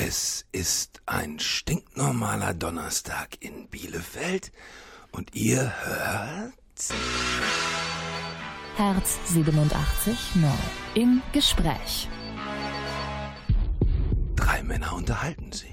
Es ist ein stinknormaler Donnerstag in Bielefeld und ihr hört Herz 87.9 im Gespräch. 3 Männer unterhalten sich.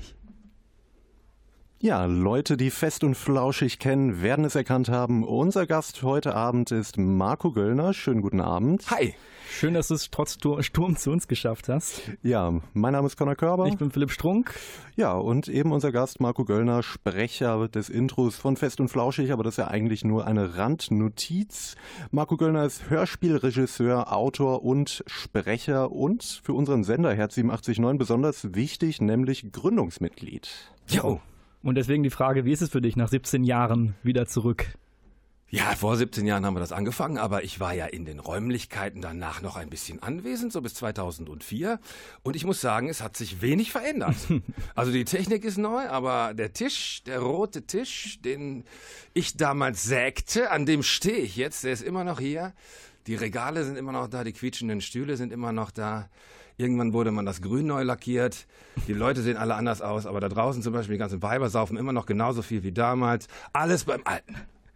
Ja, Leute, die Fest und Flauschig kennen, werden es erkannt haben. Unser Gast heute Abend ist Marco Göllner. Schönen guten Abend. Hi. Schön, dass du es trotz Sturm zu uns geschafft hast. Ja, mein Name ist Conor Körber. Ich bin Philipp Strunk. Ja, und eben unser Gast Marco Göllner, Sprecher des Intros von Fest und Flauschig, aber das ist ja eigentlich nur eine Randnotiz. Marco Göllner ist Hörspielregisseur, Autor und Sprecher und für unseren Sender Herz 87.9 besonders wichtig, nämlich Gründungsmitglied. Jo. Und deswegen die Frage, wie ist es für dich nach 17 Jahren wieder zurück? Ja, vor 17 Jahren haben wir das angefangen, aber ich war ja in den Räumlichkeiten danach noch ein bisschen anwesend, so bis 2004. Und ich muss sagen, es hat sich wenig verändert. Also die Technik ist neu, aber der Tisch, der rote Tisch, den ich damals sägte, an dem stehe ich jetzt, der ist immer noch hier. Die Regale sind immer noch da, die quietschenden Stühle sind immer noch da. Irgendwann wurde man das Grün neu lackiert. Die Leute sehen alle anders aus, aber da draußen zum Beispiel die ganzen Weiber saufen immer noch genauso viel wie damals. Alles beim Alten.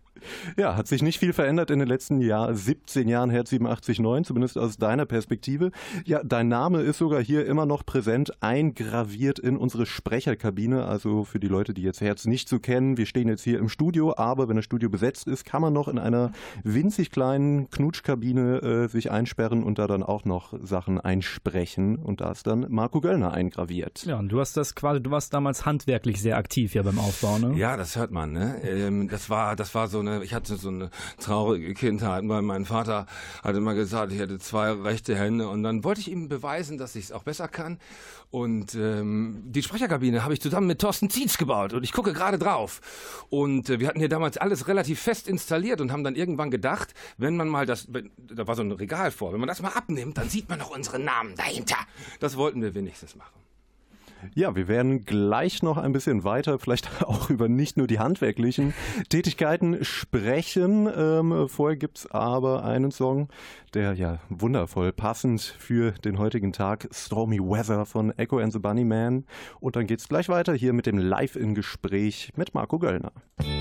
Ja, hat sich nicht viel verändert in den letzten 17 Jahren Herz 87.9, zumindest aus deiner Perspektive. Ja, dein Name ist sogar hier immer noch präsent, eingraviert in unsere Sprecherkabine. Also für die Leute, die jetzt Herz nicht so kennen, wir stehen jetzt hier im Studio, aber wenn das Studio besetzt ist, kann man noch in einer winzig kleinen Knutschkabine sich einsperren und da dann auch noch Sachen einsprechen. Und da ist dann Marco Göllner eingraviert. Ja, und du warst damals handwerklich sehr aktiv ja beim Aufbau, ne? Ja, das hört man, ne? Das war so ich hatte so eine traurige Kindheit, weil mein Vater hat immer gesagt, ich hätte 2 rechte Hände und dann wollte ich ihm beweisen, dass ich es auch besser kann und die Sprecherkabine habe ich zusammen mit Thorsten Zietz gebaut und ich gucke gerade drauf und wir hatten hier damals alles relativ fest installiert und haben dann irgendwann gedacht, wenn man mal da war so ein Regal vor, wenn man das mal abnimmt, dann sieht man noch unsere Namen dahinter. Das wollten wir wenigstens machen. Ja, wir werden gleich noch ein bisschen weiter, vielleicht auch über nicht nur die handwerklichen Tätigkeiten sprechen. Vorher gibt's aber einen Song, der ja wundervoll passend für den heutigen Tag, Stormy Weather von Echo and the Bunnymen. Und dann geht's gleich weiter hier mit dem Live-in-Gespräch mit Marco Göllner.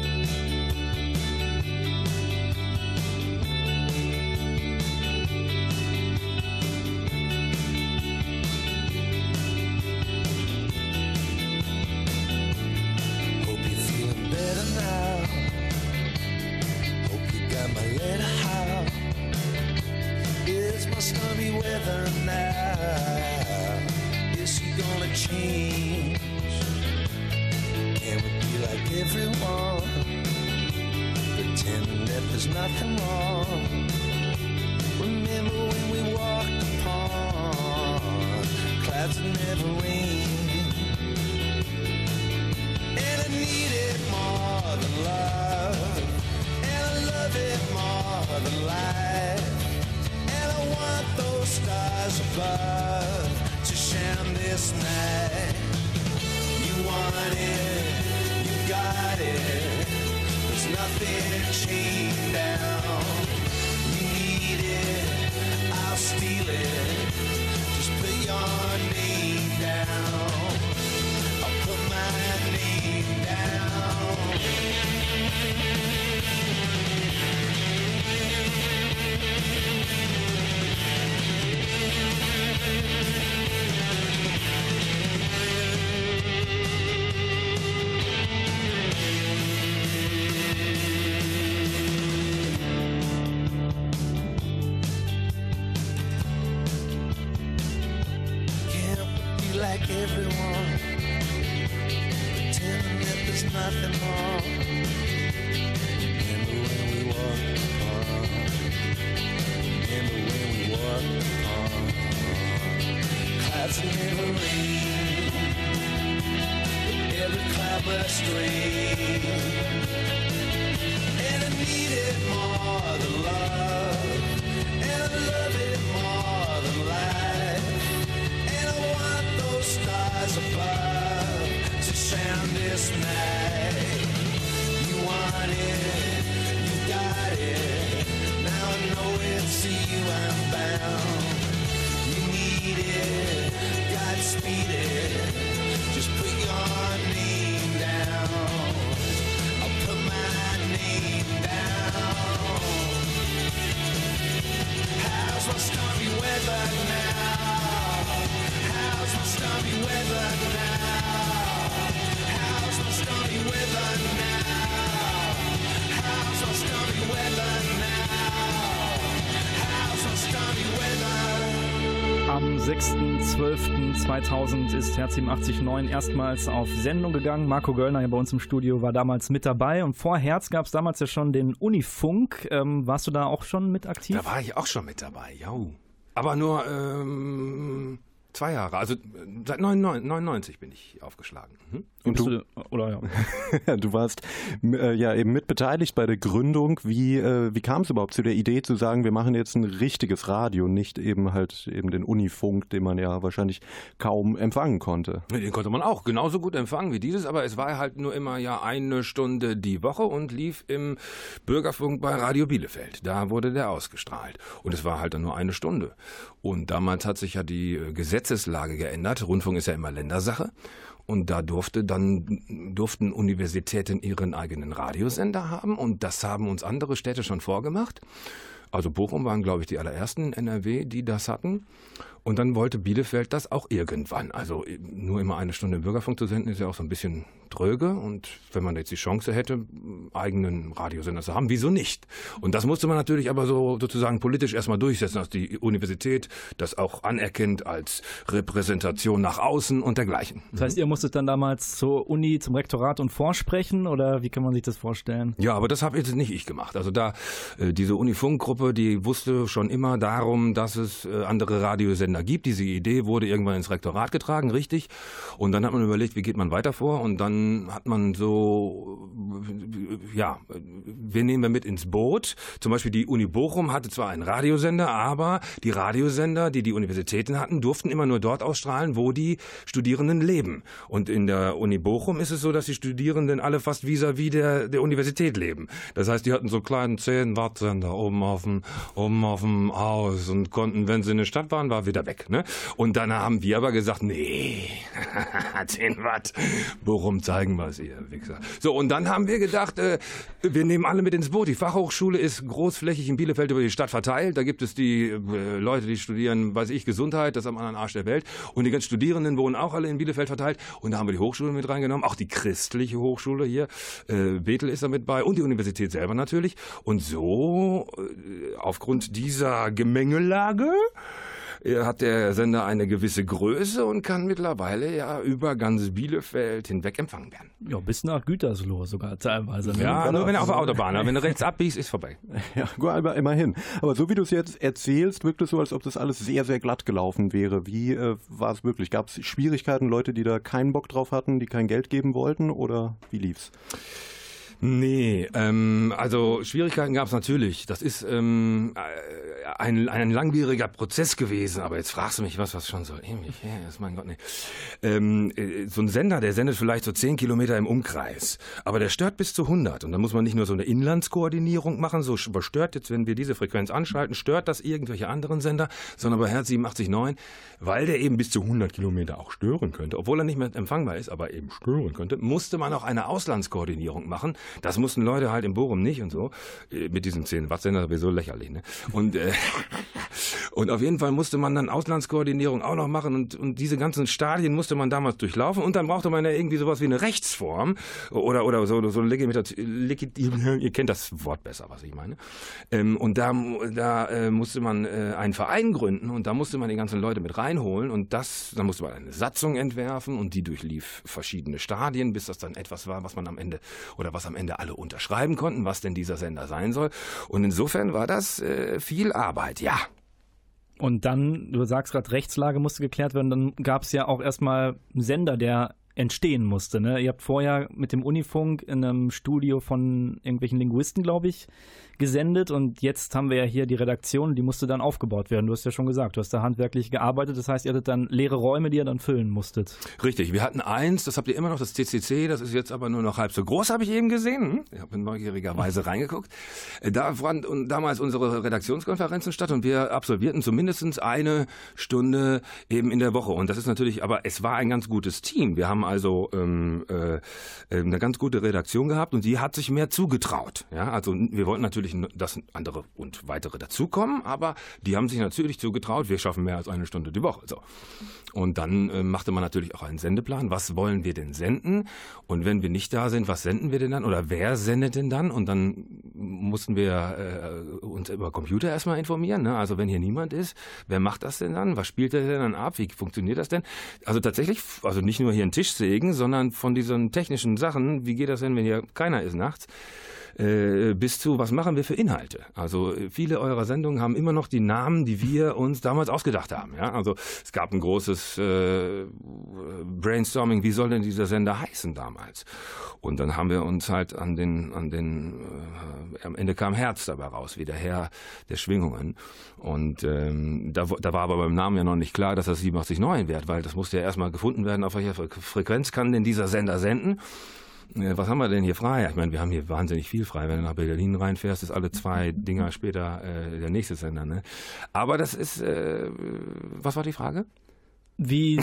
Stormy weather now. Is she gonna change? Can we be like everyone? Pretend that there's nothing wrong. Remember when we walked upon clouds that never rain. And I need it more than love. And I love it more than life. I want those stars above to shine this night. You want it, you got it. There's nothing chained down. You need it, I'll steal it. Just put your name down. I'll put my name down. Like everyone, pretending that there's nothing wrong. Remember when we walked apart? Remember when we walked apart? Clouds that never rain, but every cloud must rain. And I need it more than love, and I love it more than life. And I want those stars above to shine this night. You want it, you got it. Now I know it's to you I'm bound. You need it, Godspeed it. 6.12.2000 ist Herz 87.9 erstmals auf Sendung gegangen. Marco Göllner hier bei uns im Studio war damals mit dabei. Und vor Herz gab es damals ja schon den Unifunk. Warst du da auch schon mit aktiv? Da war ich auch schon mit dabei, ja. Aber nur 2 Jahre. Also seit 99 bin ich aufgeschlagen. Und du, oder ja. Du warst ja eben mitbeteiligt bei der Gründung. Wie kam es überhaupt zu der Idee zu sagen, wir machen jetzt ein richtiges Radio, nicht eben den Unifunk, den man ja wahrscheinlich kaum empfangen konnte? Den konnte man auch genauso gut empfangen wie dieses, aber es war halt nur immer ja 1 Stunde die Woche und lief im Bürgerfunk bei Radio Bielefeld. Da wurde der ausgestrahlt. Und es war halt dann nur 1 Stunde. Und damals hat sich ja die Gesetzeslage geändert. Rundfunk ist ja immer Ländersache. Und da durften Universitäten ihren eigenen Radiosender haben. Und das haben uns andere Städte schon vorgemacht. Also Bochum waren, glaube ich, die allerersten in NRW, die das hatten. Und dann wollte Bielefeld das auch irgendwann. Also nur immer 1 Stunde im Bürgerfunk zu senden, ist ja auch so ein bisschen dröge. Und wenn man jetzt die Chance hätte, eigenen Radiosender zu haben, wieso nicht? Und das musste man natürlich aber so sozusagen politisch erstmal durchsetzen, dass die Universität das auch anerkennt als Repräsentation nach außen und dergleichen. Das heißt, ihr musstet dann damals zur Uni, zum Rektorat und vorsprechen, oder wie kann man sich das vorstellen? Ja, aber das habe jetzt nicht ich gemacht. Also diese Unifunk-Gruppe, die wusste schon immer darum, dass es andere Radiosender gibt. Diese Idee wurde irgendwann ins Rektorat getragen, richtig. Und dann hat man überlegt, wie geht man weiter vor? Und dann hat man so, ja, wen nehmen wir mit ins Boot? Zum Beispiel die Uni Bochum hatte zwar einen Radiosender, aber die Radiosender, die Universitäten hatten, durften immer nur dort ausstrahlen, wo die Studierenden leben. Und in der Uni Bochum ist es so, dass die Studierenden alle fast vis-à-vis der Universität leben. Das heißt, die hatten so kleinen 10-Watt-Sender oben auf dem Haus und konnten, wenn sie in der Stadt waren, war wieder weg. Ne? Und dann haben wir aber gesagt, nee, 10 Watt, Bochum zeigen wir es, ihr Wichser. So, und dann haben wir gedacht, wir nehmen alle mit ins Boot. Die Fachhochschule ist großflächig in Bielefeld über die Stadt verteilt. Da gibt es die Leute, die studieren, weiß ich, Gesundheit, das ist am anderen Arsch der Welt. Und die ganzen Studierenden wohnen auch alle in Bielefeld verteilt. Und da haben wir die Hochschule mit reingenommen, auch die christliche Hochschule hier. Bethel ist da mit bei und die Universität selber natürlich. Und so, aufgrund dieser Gemengelage, hat der Sender eine gewisse Größe und kann mittlerweile ja über ganz Bielefeld hinweg empfangen werden. Ja, bis nach Gütersloh sogar teilweise. Ne? Ja, nur wenn er auf der Autobahn ist. Wenn du rechts abbiegst, ist vorbei. Ja, aber immerhin. Aber so wie du es jetzt erzählst, wirkt es so, als ob das alles sehr, sehr glatt gelaufen wäre. Wie war es wirklich? Gab es Schwierigkeiten, Leute, die da keinen Bock drauf hatten, die kein Geld geben wollten, oder wie lief's? Nee, also Schwierigkeiten gab es natürlich. Das ist ein langwieriger Prozess gewesen. Aber jetzt fragst du mich was schon so ewig her ist. Mein Gott, nee. So ein Sender, der sendet vielleicht so 10 Kilometer im Umkreis. Aber der stört bis zu 100. Und dann muss man nicht nur so eine Inlandskoordinierung machen, so stört jetzt, wenn wir diese Frequenz anschalten, stört das irgendwelche anderen Sender, sondern bei Herz 87.9, weil der eben bis zu 100 Kilometer auch stören könnte, obwohl er nicht mehr empfangbar ist, aber eben stören könnte, musste man auch eine Auslandskoordinierung machen. Das mussten Leute halt in Bochum nicht und so. Mit diesem 10-Watt-Sender sowieso lächerlich, ne? Und auf jeden Fall musste man dann Auslandskoordinierung auch noch machen und diese ganzen Stadien musste man damals durchlaufen und dann brauchte man ja irgendwie sowas wie eine Rechtsform oder so ihr kennt das Wort besser, was ich meine. Und da musste man einen Verein gründen und da musste man die ganzen Leute mit reinholen und da musste man eine Satzung entwerfen und die durchlief verschiedene Stadien, bis das dann etwas war, was am Ende alle unterschreiben konnten, was denn dieser Sender sein soll. Und insofern war das viel Arbeit, ja. Und dann, du sagst gerade, Rechtslage musste geklärt werden, dann gab es ja auch erstmal einen Sender, der entstehen musste. Ne? Ihr habt vorher mit dem Unifunk in einem Studio von irgendwelchen Linguisten, glaube ich, gesendet und jetzt haben wir ja hier die Redaktion, die musste dann aufgebaut werden. Du hast ja schon gesagt, du hast da handwerklich gearbeitet, das heißt, ihr hattet dann leere Räume, die ihr dann füllen musstet. Richtig, wir hatten eins, das habt ihr immer noch, das CCC, das ist jetzt aber nur noch halb so groß, habe ich eben gesehen. Ich habe neugierigerweise reingeguckt. Da fanden damals unsere Redaktionskonferenzen statt und wir absolvierten zumindest 1 Stunde eben in der Woche und das ist natürlich, aber es war ein ganz gutes Team. Wir haben also eine ganz gute Redaktion gehabt und die hat sich mehr zugetraut. Ja, also wir wollten natürlich, dass andere und weitere dazukommen, aber die haben sich natürlich zugetraut, wir schaffen mehr als 1 Stunde die Woche. So. Und dann machte man natürlich auch einen Sendeplan. Was wollen wir denn senden? Und wenn wir nicht da sind, was senden wir denn dann? Oder wer sendet denn dann? Und dann mussten wir uns über Computer erstmal informieren. Ne? Also wenn hier niemand ist, wer macht das denn dann? Was spielt der denn dann ab? Wie funktioniert das denn? Also tatsächlich, also nicht nur hier einen Tisch sägen, sondern von diesen technischen Sachen, wie geht das denn, wenn hier keiner ist nachts? Bis zu, was machen wir für Inhalte? Also viele eurer Sendungen haben immer noch die Namen, die wir uns damals ausgedacht haben. Ja? Also es gab ein großes Brainstorming, wie soll denn dieser Sender heißen damals? Und dann haben wir uns halt am Ende kam Herz dabei raus, wie der Herr der Schwingungen. Und da war aber beim Namen ja noch nicht klar, dass das 87.9 wird, weil das musste ja erstmal gefunden werden, auf welcher Frequenz kann denn dieser Sender senden. Was haben wir denn hier frei? Ich meine, wir haben hier wahnsinnig viel frei. Wenn du nach Berlin reinfährst, ist alle 2 Dinger später der nächste Sender. Ne? Aber das ist, was war die Frage? Wie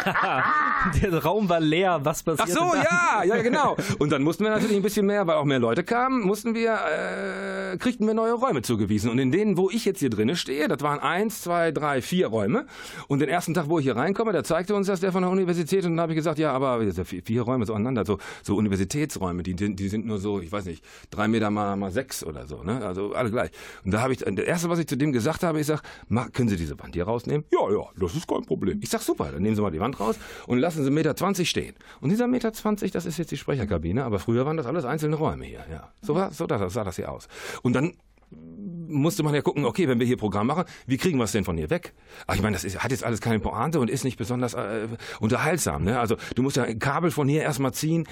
der Raum war leer, was passiert? Ach so, ja, genau. Und dann mussten wir natürlich ein bisschen mehr, weil auch mehr Leute kamen, kriegten wir neue Räume zugewiesen. Und in denen, wo ich jetzt hier drinnen stehe, das waren 1, 2, 3, 4 Räume. Und den ersten Tag, wo ich hier reinkomme, da zeigte uns das der von der Universität. Und dann habe ich gesagt, ja, aber 4 Räume so aneinander, so Universitätsräume, die sind nur so, ich weiß nicht, 3 Meter mal 6 oder so, ne? Also alle gleich. Und da habe ich, das erste, was ich zu dem gesagt habe, ich sage, können Sie diese Wand hier rausnehmen? Ja, das ist kein Problem. Ich sag, super, dann nehmen Sie mal die Wand raus und lassen Sie 1,20 Meter stehen. Und dieser 1,20 Meter, das ist jetzt die Sprecherkabine, aber früher waren das alles einzelne Räume hier. Ja. So sah das hier aus. Und dann musste man ja gucken, okay, wenn wir hier Programm machen, wie kriegen wir es denn von hier weg? Ach, ich meine, hat jetzt alles keine Pointe und ist nicht besonders unterhaltsam. Ne? Also du musst ja ein Kabel von hier erstmal ziehen,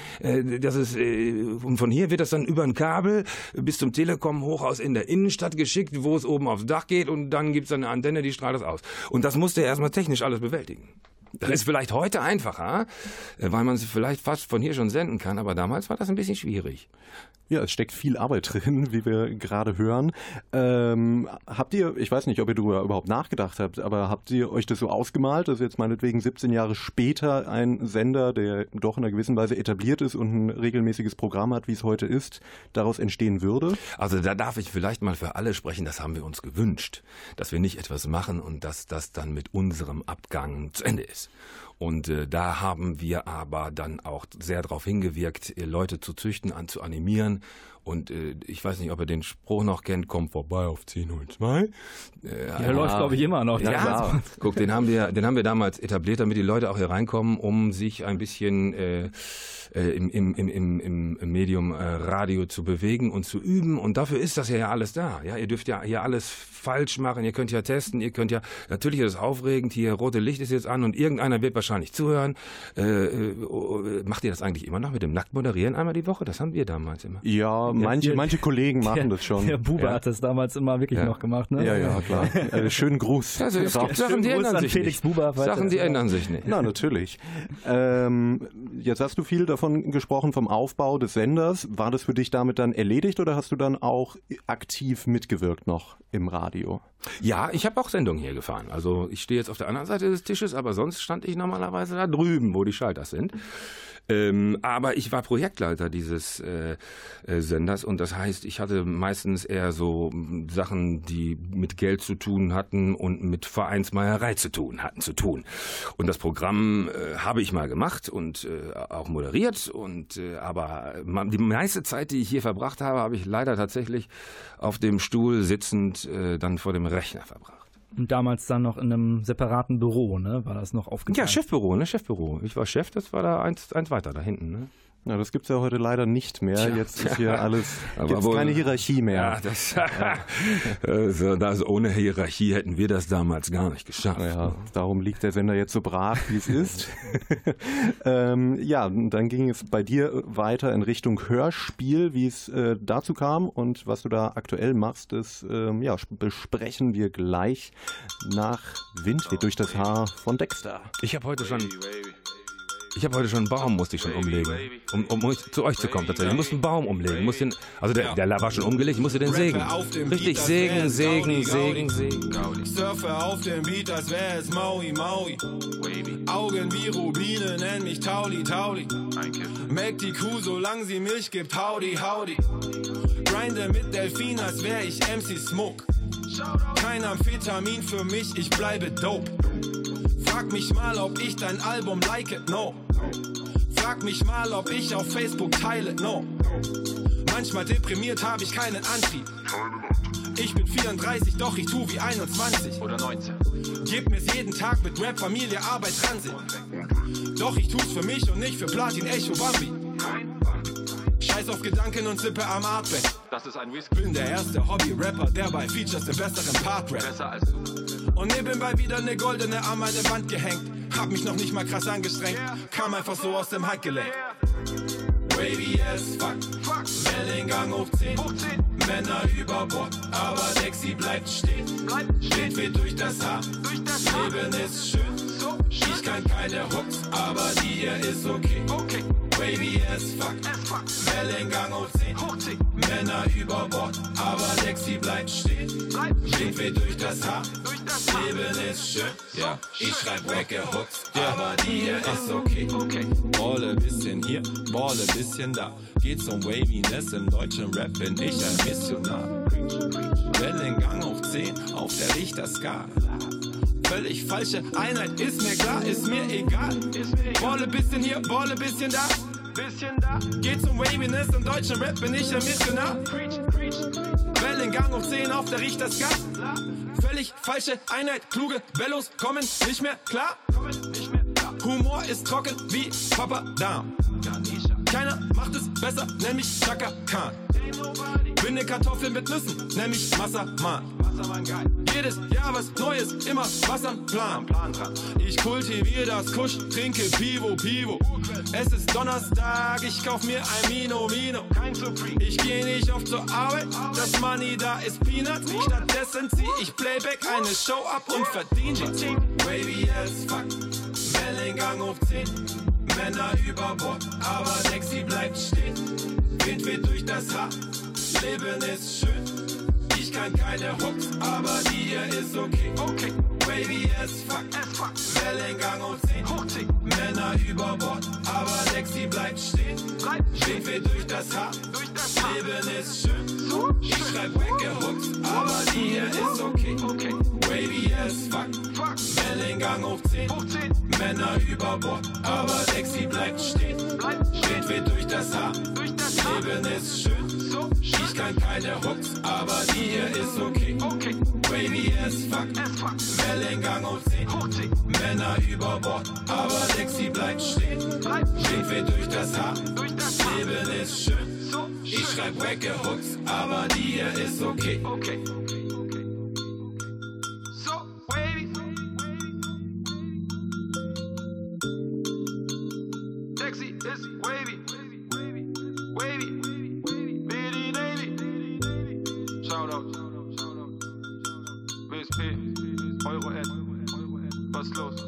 und von hier wird das dann über ein Kabel bis zum Telekom-Hochhaus in der Innenstadt geschickt, wo es oben aufs Dach geht und dann gibt es eine Antenne, die strahlt das aus. Und das musste er erstmal technisch alles bewältigen. Das ist vielleicht heute einfacher, weil man sie vielleicht fast von hier schon senden kann, aber damals war das ein bisschen schwierig. Ja, es steckt viel Arbeit drin, wie wir gerade hören. Habt ihr, ich weiß nicht, ob ihr darüber überhaupt nachgedacht habt, aber habt ihr euch das so ausgemalt, dass jetzt meinetwegen 17 Jahre später ein Sender, der doch in einer gewissen Weise etabliert ist und ein regelmäßiges Programm hat, wie es heute ist, daraus entstehen würde? Also da darf ich vielleicht mal für alle sprechen, das haben wir uns gewünscht, dass wir nicht etwas machen und dass das dann mit unserem Abgang zu Ende ist. Und da haben wir aber dann auch sehr darauf hingewirkt, Leute zu züchten, zu animieren. Und ich weiß nicht, ob ihr den Spruch noch kennt, kommt vorbei auf 10:02. Der läuft, glaube ich, immer noch. Ja, guck, den haben wir damals etabliert, damit die Leute auch hier reinkommen, um sich ein bisschen im Medium Radio zu bewegen und zu üben. Und dafür ist das ja alles da. Ja, ihr dürft ja hier alles falsch machen, ihr könnt ja testen, natürlich ist es aufregend, hier rote Licht ist jetzt an und irgendeiner wird wahrscheinlich zuhören. Macht ihr das eigentlich immer noch mit dem Nacktmoderieren einmal die Woche? Das haben wir damals immer. Ja, manche Kollegen machen das schon. Der Bube hat das damals immer wirklich noch gemacht, ne? Ja, klar. Schönen Gruß. Also es gibt Sachen, die ändern sich nicht. Sachen, die ändern sich nicht. Na, natürlich. Jetzt hast du viel davon gesprochen, vom Aufbau des Senders. War das für dich damit dann erledigt oder hast du dann auch aktiv mitgewirkt noch im Radio? Ja, ich habe auch Sendungen hier gefahren. Also ich stehe jetzt auf der anderen Seite des Tisches, aber sonst stand ich normalerweise da drüben, wo die Schalter sind. Aber ich war Projektleiter dieses Senders und das heißt, ich hatte meistens eher so Sachen, die mit Geld zu tun hatten und mit Vereinsmeierei zu tun hatten. Und das Programm habe ich mal gemacht und auch moderiert. Aber die meiste Zeit, die ich hier verbracht habe, habe ich leider tatsächlich auf dem Stuhl sitzend dann vor dem Rechner verbracht. Und damals dann noch in einem separaten Büro, ne? War das noch aufgeteilt? Ja, Chefbüro. Ich war Chef, das war da eins weiter da hinten, ne? Ja, das gibt's ja heute leider nicht mehr. Jetzt ist hier alles, gibt's keine Hierarchie mehr. Ja, also ohne Hierarchie hätten wir das damals gar nicht geschafft. Ja, darum liegt der Sender jetzt so brach, wie es ist. Ja, dann ging es bei dir weiter in Richtung Hörspiel, wie es dazu kam und was du da aktuell machst, das besprechen wir gleich nach Wind weht durch das Haar von Dexter. Ich habe heute schon Ich habe heute schon einen Baum, musste ich schon umlegen, um zu euch zu kommen. Ich musste einen Baum umlegen, der war schon umgelegt, ich musste den sägen. Richtig, sägen. Ich surfe auf dem Beat, als wäre es Maui. Augen wie Rubine, nenn mich Tauli. Melk die Kuh, solange sie Milch gibt, howdy. Grinde mit Delfin, als wär ich MC Smoke. Kein Amphetamin für mich, ich bleibe dope. Frag mich mal, ob ich dein Album like, no. Frag mich mal, ob ich auf Facebook teile, no. Manchmal deprimiert, hab ich keinen Antrieb. Ich bin 34, doch ich tu wie 21 oder 19. Gib mir's jeden Tag mit Rap, Familie, Arbeit, Transit. Doch ich tu's für mich und nicht für Platin, Echo, Bambi. Scheiß auf Gedanken und sippe am Artback. Das ist ein Whisky. Bin der erste Hobby-Rapper, der bei Features den besseren Part rappt. Besser als du. Und nebenbei wieder eine goldene an meine Wand gehängt. Hab mich noch nicht mal krass angestrengt. Kam einfach so aus dem Handgelenk. Wavy as fuck. Wellengang hoch 10. Männer über Bord, aber Lexi bleibt stehen. Steht wie durch das Haar. Leben ist schön. Ich kann keine Hooks, aber die hier ist okay. Wavy as fuck. Wellengang hoch 10. Männer über Bord, aber Lexi bleibt stehen. Steht wie durch das Haar. Leben ist schön. Ja, ich schreib wacke Hooks, aber die hier ist okay. Balle bisschen hier, Balle bisschen da. Geht's um Waviness im deutschen Rap, bin ich ein Missionar. Wellengang hoch 10 auf der Richterskala. Völlig falsche Einheit, ist mir klar, ist mir egal. Balle bisschen hier, Balle bisschen da. Geht's um Waviness im deutschen Rap, bin ich ein Missionar. Wellengang hoch 10 auf der Richterskala. Völlig falsche Einheit, kluge Bellos kommen nicht mehr klar. Humor ist trocken wie Papa Dam. Keiner macht es besser, nenn mich Chaka Khan. Bin ne Kartoffel mit Nüssen, nenn mich Wassermann. Jedes Jahr was Neues, immer was am Plan. Ich kultiviere das Kusch, trinke Pivo. Es ist Donnerstag, ich kauf mir ein Mino. Ich geh nicht oft zur Arbeit, das Money da ist Peanuts. Stattdessen zieh ich Playback, eine Show ab und verdien was. Wavy as fuck, Wellengang hoch 10. Männer über Bord, aber Lexi bleibt stehen. Wind weht durch das Haar, Leben ist schön. Ich kann keine Hooks, aber die hier ist okay. Wavy as fuck. Wellengang hoch 10. Männer über Bord, aber Lexi bleibt stehen. Wind weht durch das Haar, Leben ist schön. Ich schreib wacke Hooks, aber die hier ist okay. Wavy as fuck. Wellengang hoch 10. Männer über Bord, aber Lexi bleibt stehen. Wind weht durch das Haar, Leben ist schön. Ich kann keine Hooks, aber die hier ist okay. Wavy as fuck. Wellengang hoch 10. Männer über Bord, aber Lexi bleibt stehen. Wind weht durch das Haar, Leben ist schön. Ich schreib wacke Hooks, aber die hier ist okay. So wavy. Lexi is wavy. Bitty Navy. Shoutout. WSP. Euro-Ad. Was los?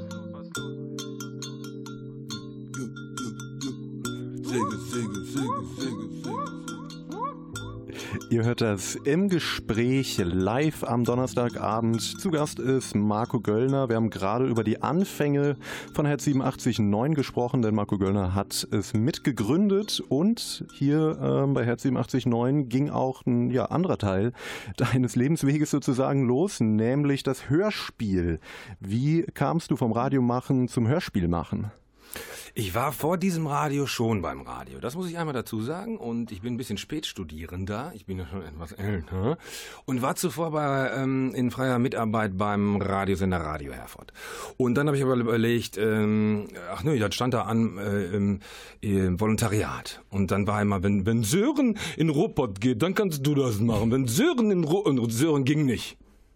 Ihr hört das im Gespräch live am Donnerstagabend. Zu Gast ist Marco Göllner. Wir haben gerade über die Anfänge von Herz 87.9 gesprochen, denn Marco Göllner hat es mitgegründet und hier bei Herz 87.9 ging auch ein anderer Teil deines Lebensweges sozusagen los, nämlich das Hörspiel. Wie kamst du vom Radiomachen zum Hörspielmachen? Ich war vor diesem Radio schon beim Radio, das muss ich einmal dazu sagen, und ich bin ein bisschen Spätstudierender, ich bin ja schon etwas älter und war zuvor in freier Mitarbeit beim Radiosender Radio Herford. Und dann habe ich aber überlegt, das stand da an Volontariat. Und dann war einmal, wenn Sören in Ruhrpott geht, dann kannst du das machen. Wenn Sören Sören ging nicht.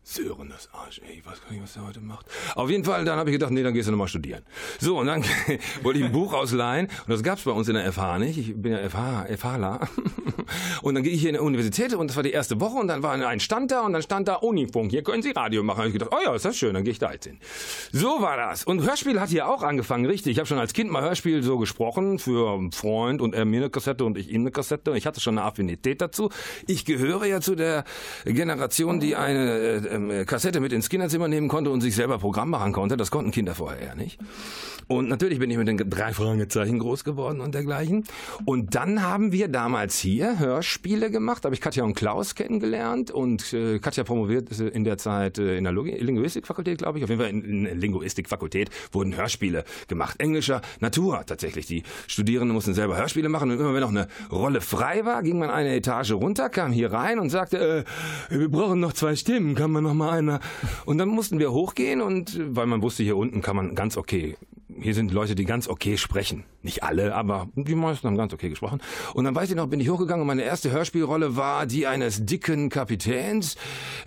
Sören, das Arsch, ey, ich weiß gar nicht, was der heute macht. Auf jeden Fall, dann habe ich gedacht, nee, dann gehst du nochmal studieren. So, und dann wollte ich ein Buch ausleihen und das gab's bei uns in der FH nicht. Ich bin ja FHler. Und dann gehe ich hier in der Universität und das war die erste Woche und dann war ein Stand da und dann stand da Unifunk, hier können Sie Radio machen. Da habe ich gedacht, oh ja, ist das schön, dann gehe ich da jetzt hin. So war das. Und Hörspiel hat hier auch angefangen, richtig. Ich habe schon als Kind mal Hörspiel so gesprochen für einen Freund und er mir eine Kassette und ich ihm eine Kassette. Ich hatte schon eine Affinität dazu. Ich gehöre ja zu der Generation, die eine Kassette mit ins Kinderzimmer nehmen konnte und sich selber Programm machen konnte. Das konnten Kinder vorher ja nicht. Und natürlich bin ich mit den 3 Fragezeichen groß geworden und dergleichen. Und dann haben wir damals hier Hörspiele gemacht. Da habe ich Katja und Klaus kennengelernt und Katja promoviert in der Zeit in der Linguistikfakultät, glaube ich. Auf jeden Fall in der Linguistikfakultät wurden Hörspiele gemacht. Englischer Natur tatsächlich. Die Studierenden mussten selber Hörspiele machen und immer wenn noch eine Rolle frei war, ging man eine Etage runter, kam hier rein und sagte, wir brauchen noch 2 Stimmen, kann man noch mal einer. Und dann mussten wir hochgehen und weil man wusste, hier unten kann man ganz okay, hier sind Leute, die ganz okay sprechen. Nicht alle, aber die meisten haben ganz okay gesprochen. Und dann weiß ich noch, bin ich hochgegangen und meine erste Hörspielrolle war die eines dicken Kapitäns.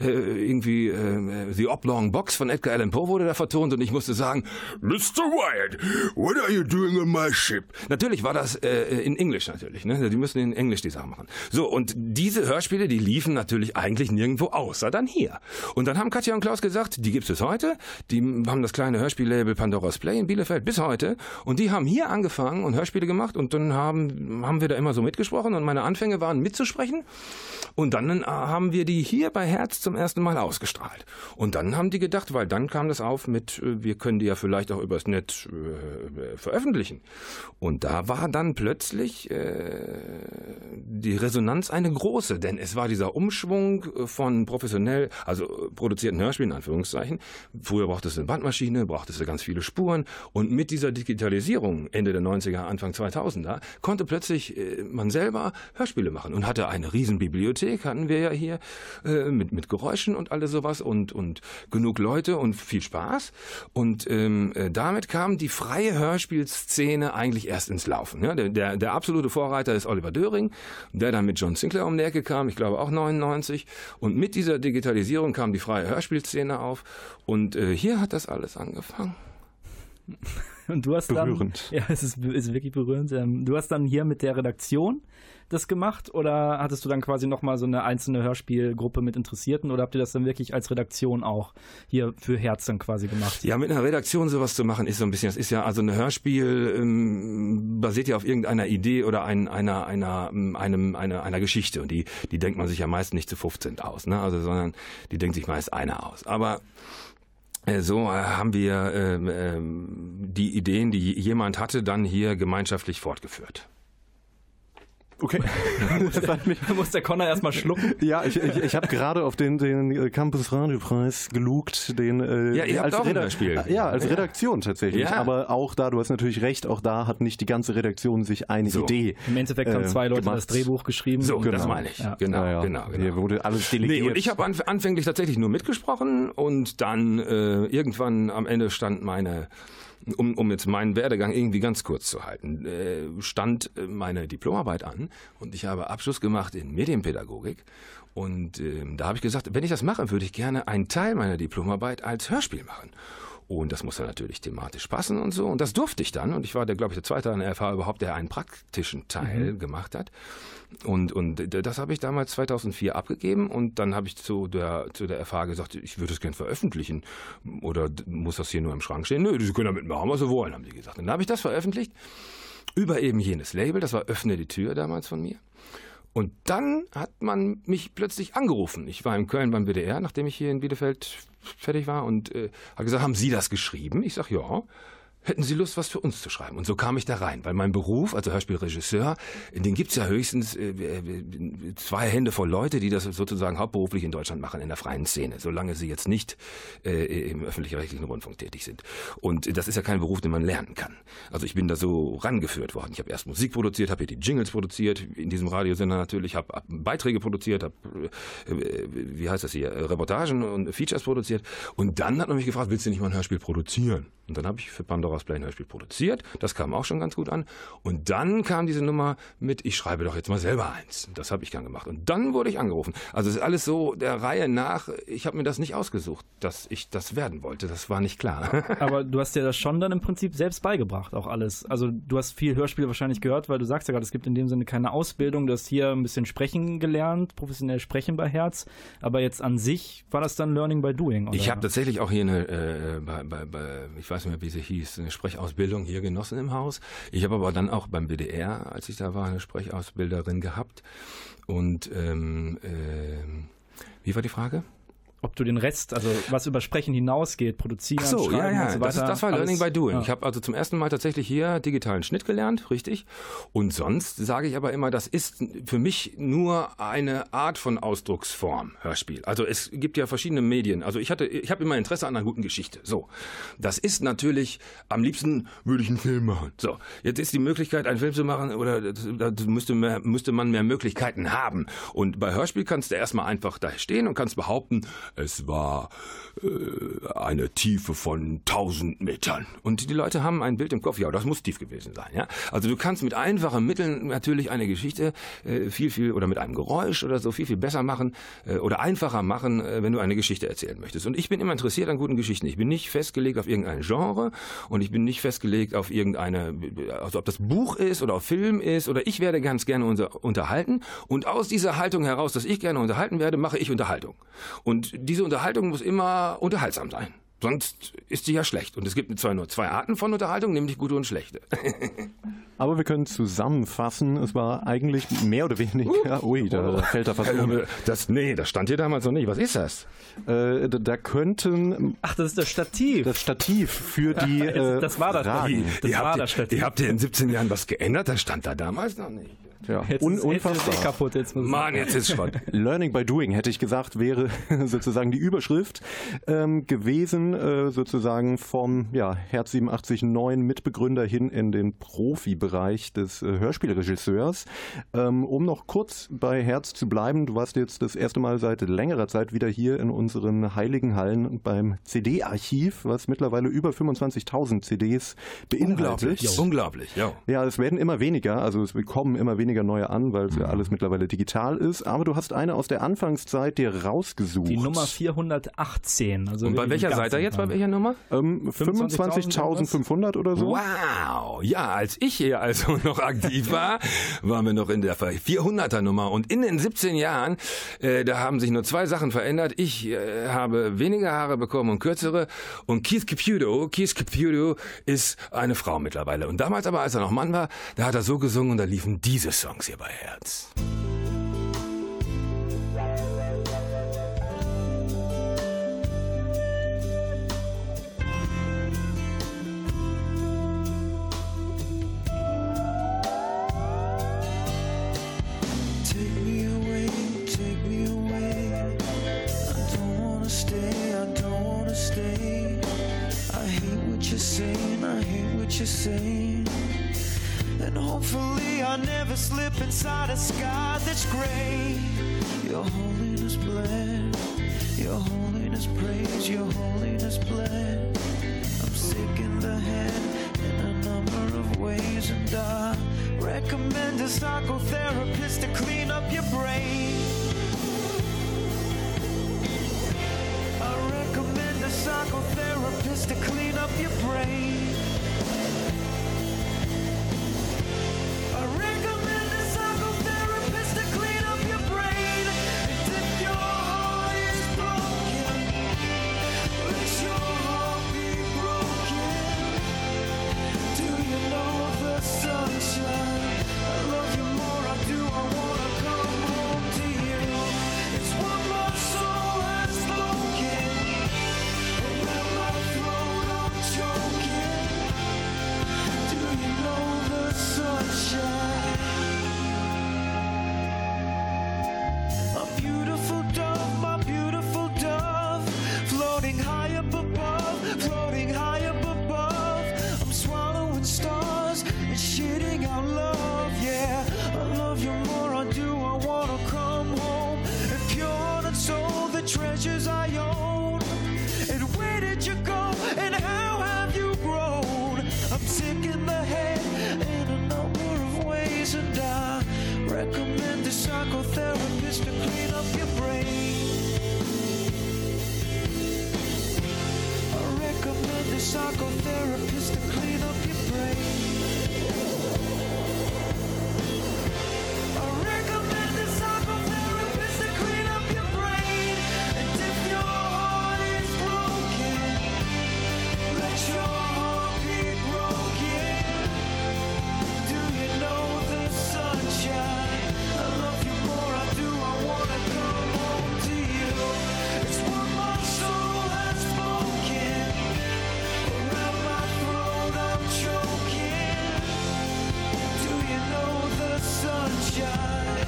The Oblong Box von Edgar Allan Poe wurde da vertont und ich musste sagen, Mr. Wyatt, what are you doing on my ship? Natürlich war das in Englisch natürlich, ne? Die müssen in Englisch die Sachen machen. So, und diese Hörspiele, die liefen natürlich eigentlich nirgendwo außer dann hier. Und dann haben Katja und Klaus gesagt, die gibt's bis heute. Die haben das kleine Hörspiellabel Pandora's Play in Bielefeld bis heute. Und die haben hier angefangen und Hörspiele gemacht und dann haben wir da immer so mitgesprochen und meine Anfänge waren mitzusprechen. Und dann haben wir die hier bei Herz zum ersten Mal ausgestrahlt. Und dann haben die gedacht, weil dann kam das auf mit, wir können die ja vielleicht auch übers Netz veröffentlichen. Und da war dann plötzlich die Resonanz eine große, denn es war dieser Umschwung von professionell, also produzierten Hörspielen, in Anführungszeichen. Früher brauchtest du eine Bandmaschine, brauchtest du ganz viele Spuren und mit dieser Digitalisierung Ende der 90er, Anfang 2000er, konnte plötzlich man selber Hörspiele machen und hatte eine riesen Bibliothek, hatten wir ja hier mit Geräuschen und alles sowas und genug Leute und viel Spaß. Und damit kam die freie Hörspielszene eigentlich erst ins Laufen. Ja? Der absolute Vorreiter ist Oliver Döring, der dann mit John Sinclair um die Ecke kam, ich glaube auch 99. Und mit dieser Digitalisierung kam die freie Hörspielszene auf und hier hat das alles angefangen. Und du hast berührend. Dann, ja, es ist wirklich berührend. Du hast dann hier mit der Redaktion das gemacht oder hattest du dann quasi nochmal so eine einzelne Hörspielgruppe mit Interessierten oder habt ihr das dann wirklich als Redaktion auch hier für Herz dann quasi gemacht? Ja, mit einer Redaktion sowas zu machen ist so ein bisschen, das ist ja also ein Hörspiel basiert ja auf irgendeiner Idee oder einer Geschichte und die denkt man sich ja meist nicht zu 15 aus, ne? Also sondern die denkt sich meist einer aus. Aber so haben wir die Ideen, die jemand hatte, dann hier gemeinschaftlich fortgeführt. Okay. Da muss der Connor erstmal schlucken. Ja, ich habe gerade auf den Campus Radiopreis gelugt, den ja, ihr habt auch ein Hörspiel. Ja, als Redaktion tatsächlich. Ja. Aber auch da, du hast natürlich recht, auch da hat nicht die ganze Redaktion sich eine Idee. Im Endeffekt haben 2 Leute das Drehbuch geschrieben. So, genau. Das meine ich. Ja. Genau. Hier wurde alles delegiert. Nee, und ich habe anfänglich tatsächlich nur mitgesprochen und dann irgendwann am Ende stand um jetzt meinen Werdegang irgendwie ganz kurz zu halten, stand meine Diplomarbeit an und ich habe Abschluss gemacht in Medienpädagogik und da habe ich gesagt, wenn ich das mache, würde ich gerne einen Teil meiner Diplomarbeit als Hörspiel machen. Und das muss dann natürlich thematisch passen und so. Und das durfte ich dann. Und ich war, glaube ich, der Zweite an der FH überhaupt, der einen praktischen Teil gemacht hat. Und das habe ich damals 2004 abgegeben. Und dann habe ich zu der FH gesagt, ich würde es gern veröffentlichen. Oder muss das hier nur im Schrank stehen? Nö, Sie können damit machen, was Sie wollen, haben die gesagt. Und dann habe ich das veröffentlicht über eben jenes Label. Das war Öffne die Tür damals von mir. Und dann hat man mich plötzlich angerufen. Ich war in Köln beim WDR, nachdem ich hier in Bielefeld fertig war und hat gesagt, haben Sie das geschrieben? Ich sag, ja. Hätten Sie Lust, was für uns zu schreiben? Und so kam ich da rein, weil mein Beruf, also Hörspielregisseur, den gibt's ja höchstens 2 Hände voll Leute, die das sozusagen hauptberuflich in Deutschland machen, in der freien Szene, solange sie jetzt nicht im öffentlich-rechtlichen Rundfunk tätig sind. Und das ist ja kein Beruf, den man lernen kann. Also ich bin da so rangeführt worden. Ich habe erst Musik produziert, habe hier die Jingles produziert, in diesem Radiosender natürlich, habe Beiträge produziert, habe, Reportagen und Features produziert. Und dann hat man mich gefragt, willst du nicht mal ein Hörspiel produzieren? Und dann habe ich für Pandora's Play ein Hörspiel produziert. Das kam auch schon ganz gut an. Und dann kam diese Nummer mit, ich schreibe doch jetzt mal selber eins. Das habe ich dann gemacht. Und dann wurde ich angerufen. Also es ist alles so der Reihe nach. Ich habe mir das nicht ausgesucht, dass ich das werden wollte. Das war nicht klar. Aber du hast dir das schon dann im Prinzip selbst beigebracht, auch alles. Also du hast viel Hörspiele wahrscheinlich gehört, weil du sagst ja gerade, es gibt in dem Sinne keine Ausbildung. Du hast hier ein bisschen sprechen gelernt, professionell sprechen bei Herz. Aber jetzt an sich war das dann Learning by Doing, oder? Ich habe tatsächlich auch hier eine, ich weiß nicht mehr, wie sie hieß, eine Sprechausbildung hier genossen im Haus. Ich habe aber dann auch beim BDR, als ich da war, eine Sprechausbilderin gehabt. Und wie war die Frage? Ob du den Rest, also was über Sprechen hinausgeht, produzieren, schreiben ja, und so weiter. Das war Learning by Doing. Ja. Ich habe also zum ersten Mal tatsächlich hier digitalen Schnitt gelernt, richtig. Und sonst sage ich aber immer, das ist für mich nur eine Art von Ausdrucksform, Hörspiel. Also es gibt ja verschiedene Medien. Also ich habe immer Interesse an einer guten Geschichte. So, das ist natürlich, am liebsten würde ich einen Film machen. So, jetzt ist die Möglichkeit, einen Film zu machen, oder da müsste man mehr Möglichkeiten haben. Und bei Hörspiel kannst du erstmal einfach da stehen und kannst behaupten, es war eine Tiefe von 1000 Metern. Und die Leute haben ein Bild im Kopf. Ja, das muss tief gewesen sein. Ja? Also du kannst mit einfachen Mitteln natürlich eine Geschichte viel, oder mit einem Geräusch oder so viel besser machen oder einfacher machen, wenn du eine Geschichte erzählen möchtest. Und ich bin immer interessiert an guten Geschichten. Ich bin nicht festgelegt auf irgendein Genre und ich bin nicht festgelegt auf also ob das Buch ist oder auf Film ist, oder ich werde ganz gerne unterhalten. Und aus dieser Haltung heraus, dass ich gerne unterhalten werde, mache ich Unterhaltung. Und diese Unterhaltung muss immer unterhaltsam sein. Sonst ist sie ja schlecht. Und es gibt zwar nur zwei Arten von Unterhaltung, nämlich gute und schlechte. Aber wir können zusammenfassen, es war eigentlich mehr oder weniger... da fällt da fast um. Das stand hier damals noch nicht. Was ist das? Da könnten... Ach, das ist das Stativ. Das Stativ für die das war das Ragen. Ihr habt ja in 17 Jahren was geändert? Das stand da damals noch nicht. Ja, jetzt ist kaputt. Mann, jetzt ist Schrott. Learning by Doing, hätte ich gesagt, wäre sozusagen die Überschrift gewesen, sozusagen vom Herz 87.9 Mitbegründer hin in den Profibereich des Hörspielregisseurs. Um noch kurz bei Herz zu bleiben, du warst jetzt das erste Mal seit längerer Zeit wieder hier in unseren heiligen Hallen beim CD-Archiv, was mittlerweile über 25.000 CDs beinhaltet. Unglaublich, ja. Ja, es werden immer weniger, also es kommen immer weniger neue an, weil es ja alles mittlerweile digital ist. Aber du hast eine aus der Anfangszeit dir rausgesucht. Die Nummer 418. Also und bei welcher seid ihr jetzt? Bei welcher Nummer? 25.500 oder so. Wow! Ja, als ich hier also noch aktiv war, waren wir noch in der 400er Nummer. Und in den 17 Jahren, da haben sich nur zwei Sachen verändert. Ich habe weniger Haare bekommen und kürzere. Und Keith Caputo ist eine Frau mittlerweile. Und damals aber, als er noch Mann war, da hat er so gesungen und da liefen diese Songs hier bei Herz. And hopefully I never slip inside a sky that's gray. Your holiness bled, your holiness praise, your holiness bled. I'm sick in the head in a number of ways, and I recommend a psychotherapist to clean up your brain. I recommend a psychotherapist to clean up your brain. Choking. psychotherapist to clean up your brain. I recommend a psychotherapist to clean up your brain. I recommend a psychotherapist to clean up your brain. And if your heart is broken, let your heart be broken. Do you know the sunshine? I love you more, I do, I wanna come home to you. It's what my soul has spoken. Around my throat I'm choking. Do you know the sunshine?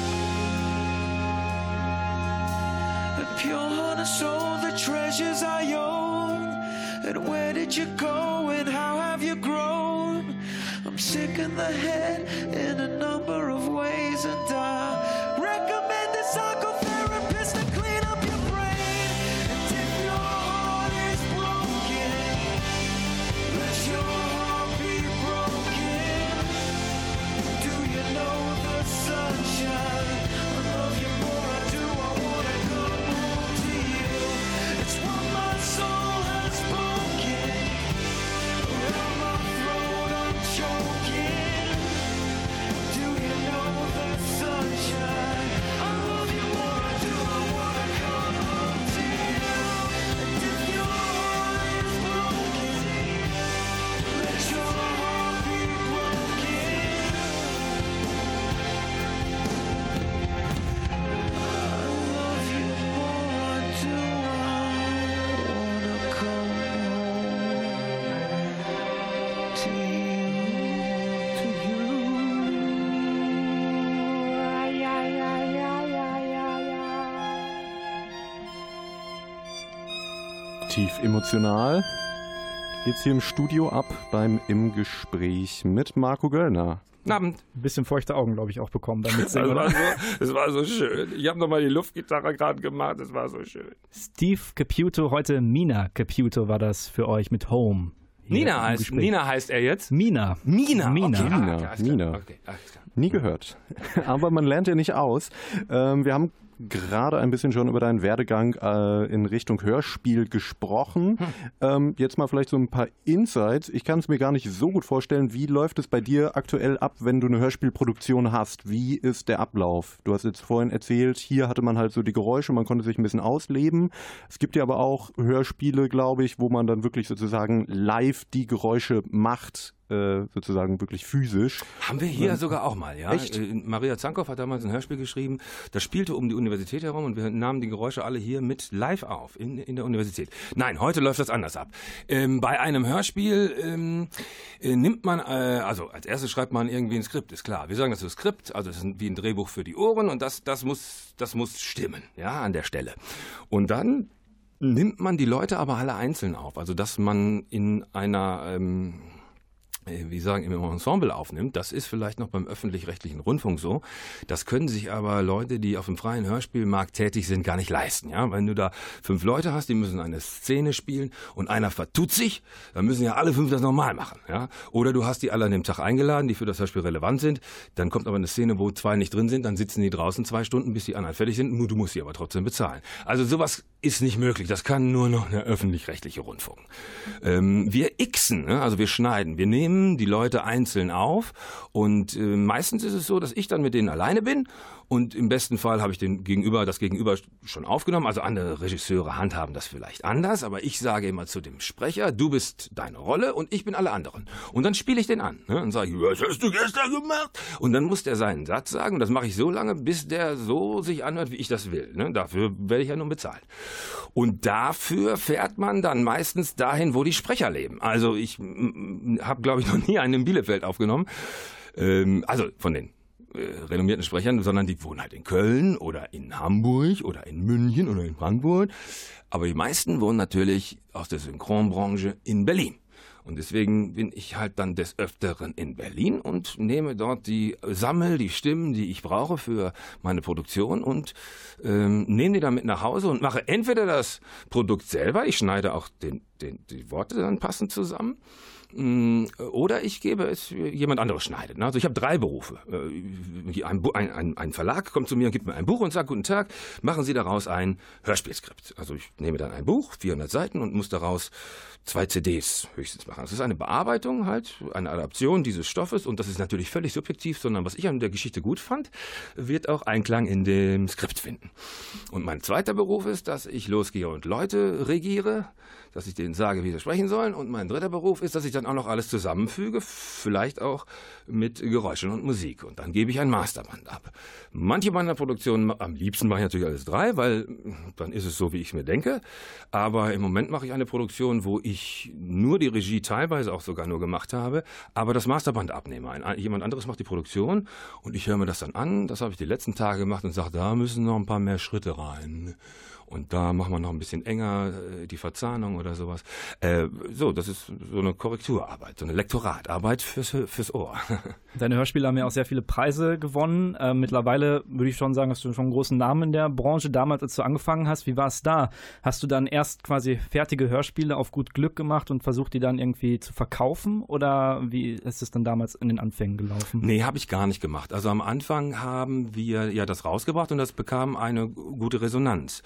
The pure heart and soul, the treasures I own. And where did you go and how have you grown? I'm sick in the head in a number of ways, and I recommend a psychotherapist to clean up your brain. And if your heart is broken, let your heart be broken. Do you know the sunshine? I love you more, I do, I wanna come home to you. It's what my soul has spoken. Around my throat I'm choking. Do you know the sunshine? I love you more, I do, I wanna come home to you. And if your heart is broken, let your heart be broken. I love you more, I do, I wanna come home to Tief emotional. Jetzt hier im Studio ab beim Im Gespräch mit Marco Göllner. Guten Abend. Ein bisschen feuchte Augen, glaube ich, auch bekommen beim Mitsingen. Das war so schön. Ich habe nochmal die Luftgitarre gerade gemacht, das war so schön. Steve Caputo, heute Mina Caputo war das für euch mit Home. Hier im Gespräch. Nina heißt er jetzt? Mina. Mina. Mina. Okay, Mina. alles klar. Mina. Okay, alles klar. Nie gehört. Aber man lernt ja nicht aus. Wir haben gerade ein bisschen schon über deinen Werdegang in Richtung Hörspiel gesprochen. Jetzt mal vielleicht so ein paar Insights. Ich kann es mir gar nicht so gut vorstellen. Wie läuft es bei dir aktuell ab, wenn du eine Hörspielproduktion hast? Wie ist der Ablauf? Du hast jetzt vorhin erzählt, hier hatte man halt so die Geräusche, man konnte sich ein bisschen ausleben. Es gibt ja aber auch Hörspiele, glaube ich, wo man dann wirklich sozusagen live die Geräusche macht, sozusagen wirklich physisch. Haben wir hier sogar auch mal, ja. Echt? Maria Zankow hat damals ein Hörspiel geschrieben, das spielte um die Universität herum und wir nahmen die Geräusche alle hier mit live auf in der Universität. Nein, heute läuft das anders ab. Bei einem Hörspiel nimmt man, also als erstes schreibt man irgendwie ein Skript, ist klar. Wir sagen das so Skript, also das ist wie ein Drehbuch für die Ohren und das muss stimmen, ja, an der Stelle. Und dann nimmt man die Leute aber alle einzeln auf, also dass man in einer wie sagen, im Ensemble aufnimmt, das ist vielleicht noch beim öffentlich-rechtlichen Rundfunk so. Das können sich aber Leute, die auf dem freien Hörspielmarkt tätig sind, gar nicht leisten. Ja? Wenn du da 5 Leute hast, die müssen eine Szene spielen und einer vertut sich, dann müssen ja alle 5 das normal machen. Ja? Oder du hast die alle an dem Tag eingeladen, die für das Hörspiel relevant sind, dann kommt aber eine Szene, wo 2 nicht drin sind, dann sitzen die draußen 2 Stunden, bis die anderen fertig sind, nur du musst sie aber trotzdem bezahlen. Also sowas ist nicht möglich, das kann nur noch der öffentlich-rechtliche Rundfunk. Wir xen, ne? Also wir schneiden, wir nehmen die Leute einzeln auf und meistens ist es so, dass ich dann mit denen alleine bin und im besten Fall habe ich das Gegenüber schon aufgenommen, also andere Regisseure handhaben das vielleicht anders, aber ich sage immer zu dem Sprecher, du bist deine Rolle und ich bin alle anderen. Und dann spiele ich den an, ne? Und sage ich, was hast du gestern gemacht? Und dann muss der seinen Satz sagen und das mache ich so lange, bis der so sich anhört, wie ich das will. Ne? Dafür werde ich ja nun bezahlt. Und dafür fährt man dann meistens dahin, wo die Sprecher leben. Also ich habe, glaube ich, noch nie einen in Bielefeld aufgenommen, also von den renommierten Sprechern, sondern die wohnen halt in Köln oder in Hamburg oder in München oder in Frankfurt. Aber die meisten wohnen natürlich aus der Synchronbranche in Berlin. Und deswegen bin ich halt dann des Öfteren in Berlin und nehme dort sammle die Stimmen, die ich brauche für meine Produktion und nehme die dann mit nach Hause und mache entweder das Produkt selber, ich schneide auch den die Worte dann passend zusammen. Oder ich gebe es, jemand anderes schneidet. Also ich habe 3 Berufe. Ein Verlag kommt zu mir und gibt mir ein Buch und sagt, guten Tag, machen Sie daraus ein Hörspielskript. Also ich nehme dann ein Buch, 400 Seiten und muss daraus 2 CDs höchstens machen. Das ist eine Bearbeitung halt, eine Adaption dieses Stoffes und das ist natürlich völlig subjektiv, sondern was ich an der Geschichte gut fand, wird auch Einklang in dem Skript finden. Und mein zweiter Beruf ist, dass ich losgehe und Leute regiere, dass ich denen sage, wie sie sprechen sollen. Und mein dritter Beruf ist, dass ich dann auch noch alles zusammenfüge, vielleicht auch mit Geräuschen und Musik. Und dann gebe ich ein Masterband ab. Manche meiner Produktionen, am liebsten mache ich natürlich alles 3, weil dann ist es so, wie ich es mir denke. Aber im Moment mache ich eine Produktion, wo ich nur die Regie teilweise auch sogar nur gemacht habe, aber das Masterband abnehme. Jemand anderes macht die Produktion und ich höre mir das dann an. Das habe ich die letzten Tage gemacht und sage, da müssen noch ein paar mehr Schritte rein. Und da machen wir noch ein bisschen enger die Verzahnung oder sowas. Das ist so eine Korrekturarbeit, so eine Lektoratarbeit fürs Ohr. Deine Hörspiele haben ja auch sehr viele Preise gewonnen. Mittlerweile würde ich schon sagen, hast du schon einen großen Namen in der Branche. Damals, als du angefangen hast, wie war es da? Hast du dann erst quasi fertige Hörspiele auf gut Glück gemacht und versucht, die dann irgendwie zu verkaufen? Oder wie ist es dann damals in den Anfängen gelaufen? Nee, habe ich gar nicht gemacht. Also am Anfang haben wir ja das rausgebracht und das bekam eine gute Resonanz.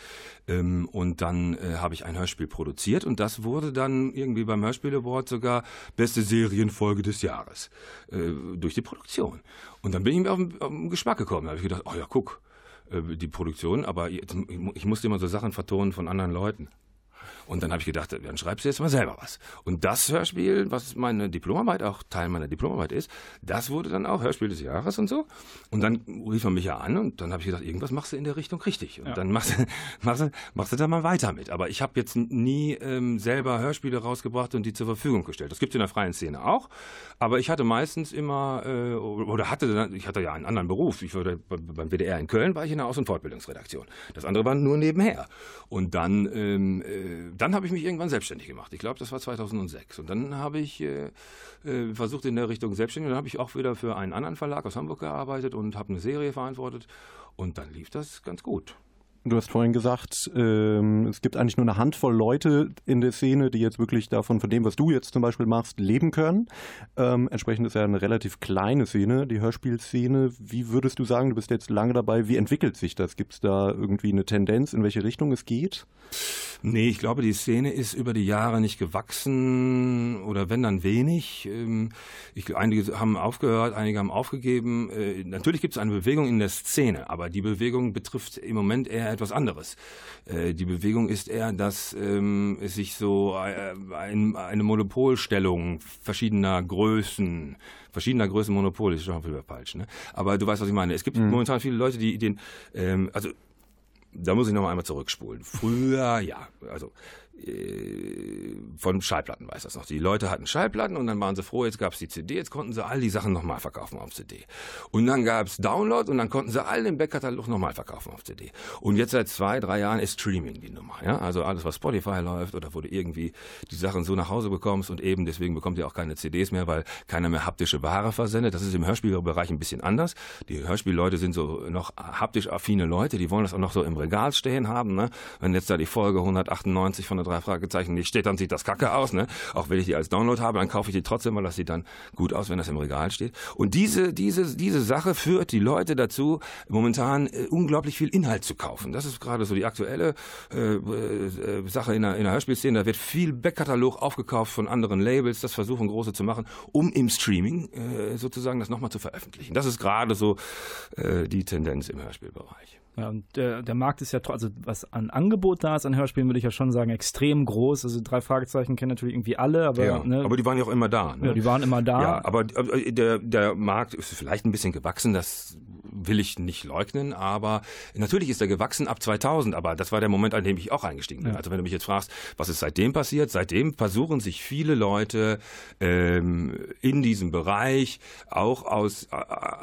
Und dann habe ich ein Hörspiel produziert und das wurde dann irgendwie beim Hörspiel Award sogar beste Serienfolge des Jahres durch die Produktion. Und dann bin ich mir auf den Geschmack gekommen. Da habe ich gedacht, oh ja, guck, die Produktion, aber ich musste immer so Sachen vertonen von anderen Leuten. Und dann habe ich gedacht, dann schreibst du jetzt mal selber was. Und das Hörspiel, was meine Diplomarbeit, auch Teil meiner Diplomarbeit ist, das wurde dann auch Hörspiel des Jahres und so. Und dann rief man mich ja an und dann habe ich gedacht, irgendwas machst du in der Richtung richtig. Und dann machst du da mal weiter mit. Aber ich habe jetzt nie selber Hörspiele rausgebracht und die zur Verfügung gestellt. Das gibt es in der freien Szene auch. Aber ich hatte meistens immer, ich hatte ja einen anderen Beruf. Beim WDR in Köln war ich in der Aus- und Fortbildungsredaktion. Das andere war nur nebenher. Und dann habe ich mich irgendwann selbstständig gemacht. Ich glaube, das war 2006. Und dann habe ich versucht in der Richtung selbstständig. Dann habe ich auch wieder für einen anderen Verlag aus Hamburg gearbeitet und habe eine Serie verantwortet. Und dann lief das ganz gut. Du hast vorhin gesagt, es gibt eigentlich nur eine Handvoll Leute in der Szene, die jetzt wirklich von dem, was du jetzt zum Beispiel machst, leben können. Entsprechend ist ja eine relativ kleine Szene, die Hörspielszene. Wie würdest du sagen, du bist jetzt lange dabei, wie entwickelt sich das? Gibt es da irgendwie eine Tendenz, in welche Richtung es geht? Nee, ich glaube, die Szene ist über die Jahre nicht gewachsen oder wenn dann wenig. Einige haben aufgehört, einige haben aufgegeben. Natürlich gibt es eine Bewegung in der Szene, aber die Bewegung betrifft im Moment eher etwas anderes. Die Bewegung ist eher, dass es sich so eine Monopolstellung verschiedener Größen Monopol ist schon wieder falsch, ne? Aber du weißt, was ich meine. Es gibt momentan viele Leute, die da muss ich noch mal einmal zurückspulen. Früher, von Schallplatten weiß das noch. Die Leute hatten Schallplatten und dann waren sie froh, jetzt gab es die CD, jetzt konnten sie all die Sachen nochmal verkaufen auf CD. Und dann gab es Download und dann konnten sie all den Backkatalog nochmal verkaufen auf CD. Und jetzt seit 2-3 Jahren ist Streaming die Nummer. Ja? Also alles, was Spotify läuft oder wo du irgendwie die Sachen so nach Hause bekommst und eben deswegen bekommt ihr auch keine CDs mehr, weil keiner mehr haptische Ware versendet. Das ist im Hörspielbereich ein bisschen anders. Die Hörspielleute sind so noch haptisch affine Leute, die wollen das auch noch so im Regal stehen haben. Ne? Wenn jetzt da die Folge 198 von der 3 Fragezeichen nicht steht, dann sieht das kacke aus, ne? Auch wenn ich die als Download habe, dann kaufe ich die trotzdem, weil das sieht dann gut aus, wenn das im Regal steht. Und diese Sache führt die Leute dazu, momentan unglaublich viel Inhalt zu kaufen. Das ist gerade so die aktuelle Sache in der Hörspielszene. Da wird viel Backkatalog aufgekauft von anderen Labels, das versuchen große zu machen, um im Streaming sozusagen das nochmal zu veröffentlichen. Das ist gerade so die Tendenz im Hörspielbereich. Ja, und der Markt ist ja, also was an Angebot da ist an Hörspielen, würde ich ja schon sagen, extrem groß. Also 3 Fragezeichen kennen natürlich irgendwie alle, aber... Ja, ne, aber die waren ja auch immer da. Ne? Ja, die waren immer da. Ja, aber der Markt ist vielleicht ein bisschen gewachsen, das will ich nicht leugnen, aber natürlich ist er gewachsen ab 2000, aber das war der Moment, an dem ich auch eingestiegen bin. Ja. Also wenn du mich jetzt fragst, was ist seitdem passiert? Seitdem versuchen sich viele Leute in diesem Bereich auch aus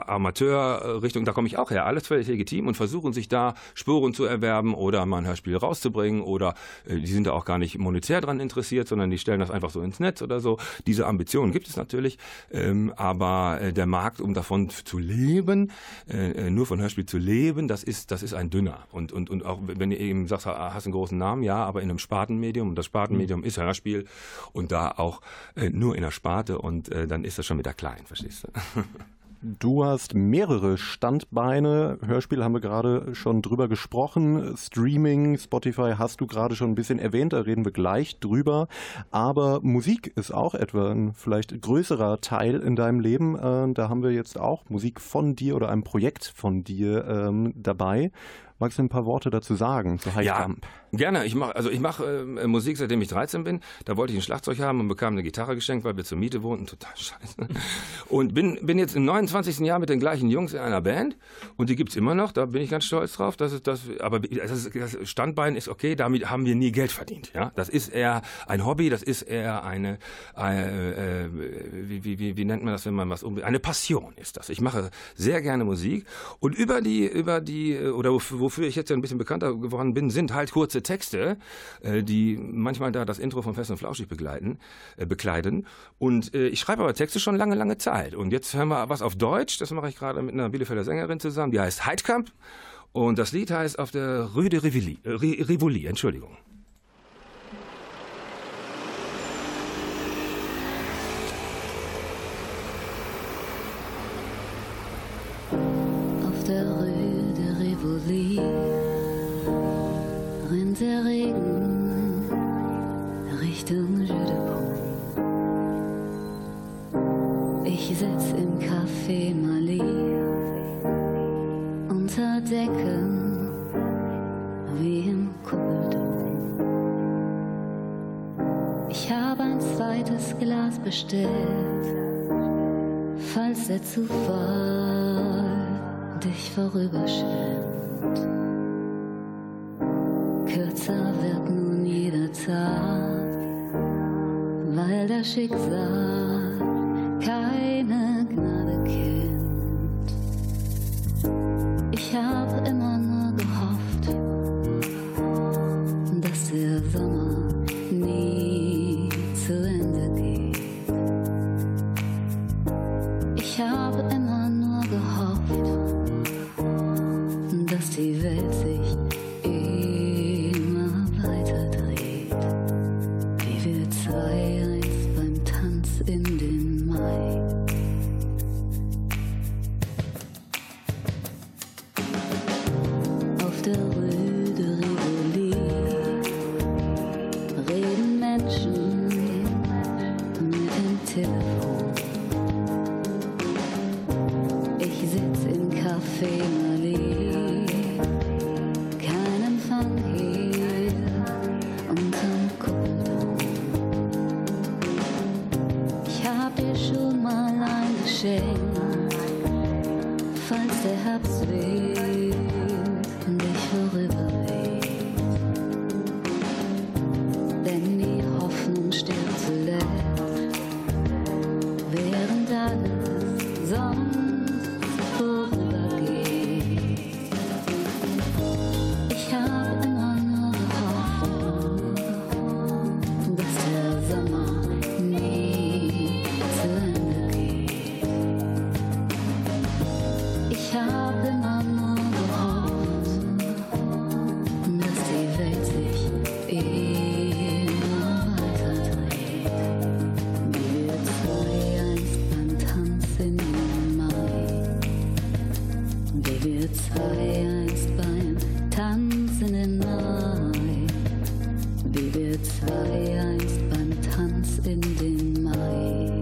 Amateurrichtung, da komme ich auch her, alles völlig legitim und versuchen sich da Spuren zu erwerben oder mal ein Hörspiel rauszubringen oder die sind da auch gar nicht monetär dran interessiert, sondern die stellen das einfach so ins Netz oder so. Diese Ambitionen gibt es natürlich, aber der Markt, um davon zu leben, nur von Hörspiel zu leben, das ist ein dünner. Und auch wenn ihr eben sagst, hast einen großen Namen, ja, aber in einem Spartenmedium, und das Spartenmedium ist Hörspiel und da auch nur in der Sparte und dann ist das schon wieder klein, verstehst du? Du hast mehrere Standbeine. Hörspiel haben wir gerade schon drüber gesprochen. Streaming, Spotify hast du gerade schon ein bisschen erwähnt, da reden wir gleich drüber. Aber Musik ist auch etwa ein vielleicht größerer Teil in deinem Leben. Da haben wir jetzt auch Musik von dir oder einem Projekt von dir dabei. Magst du ein paar Worte dazu sagen, zu Heidkamp? Ja, gerne. Ich mache Musik, seitdem ich 13 bin. Da wollte ich ein Schlagzeug haben und bekam eine Gitarre geschenkt, weil wir zur Miete wohnten. Total scheiße. Und bin jetzt im 29. Jahr mit den gleichen Jungs in einer Band. Und die gibt's immer noch. Da bin ich ganz stolz drauf. Aber das Standbein ist okay. Damit haben wir nie Geld verdient. Ja, das ist eher ein Hobby. Das ist eher wie nennt man das, wenn man was eine Passion ist das. Ich mache sehr gerne Musik. Und über die oder wofür ich jetzt ja ein bisschen bekannter geworden bin, sind halt kurze Texte, die manchmal da das Intro von Fest und Flauschig bekleiden. Und ich schreibe aber Texte schon lange, lange Zeit. Und jetzt hören wir was auf Deutsch. Das mache ich gerade mit einer Bielefelder Sängerin zusammen. Die heißt Heidkamp. Und das Lied heißt Auf der Rue de Rivoli. Entschuldigung. Auf der Rue de Rivoli rennt der Regen Richtung Jeu de Paume. Ich sitz im Café Mali unter Decken wie im Kuppeldom. Ich habe ein zweites Glas bestellt, falls der Zufall dich vorüberschwemmt. Kürzer wird nun jeder Tag, weil das Schicksal keine Gnade kennt. Ich hab immer nur gehofft, dass der Sommer nie zu Ende geht. Ich habe immer nur gehofft, dass die Welt sich immer weiter dreht, wie wir zwei einst beim Tanz in den Mai. Auf der Rue de Rivoli reden Menschen mit dem Telefon. Ich sitz im Café Mali, kein Empfang hier unterm Kuppeldom. Ich hab dir schon mal ein Geschenk, falls der Herbstwind dich vorüberweht. Denn die Hoffnung stirbt zuletzt, während alles sonst vorübergeht. Ich hab immer nur gehofft, dass der Sommer nie zu Ende geht. Ich hab immer nur gehofft, dass die Welt sich immer weiter dreht, wie wir zwei einst beim Tanz in den Mai, wie wir zwei einst beim Tanz in den Mai, wie wir zwei einst beim Tanz in den Mai.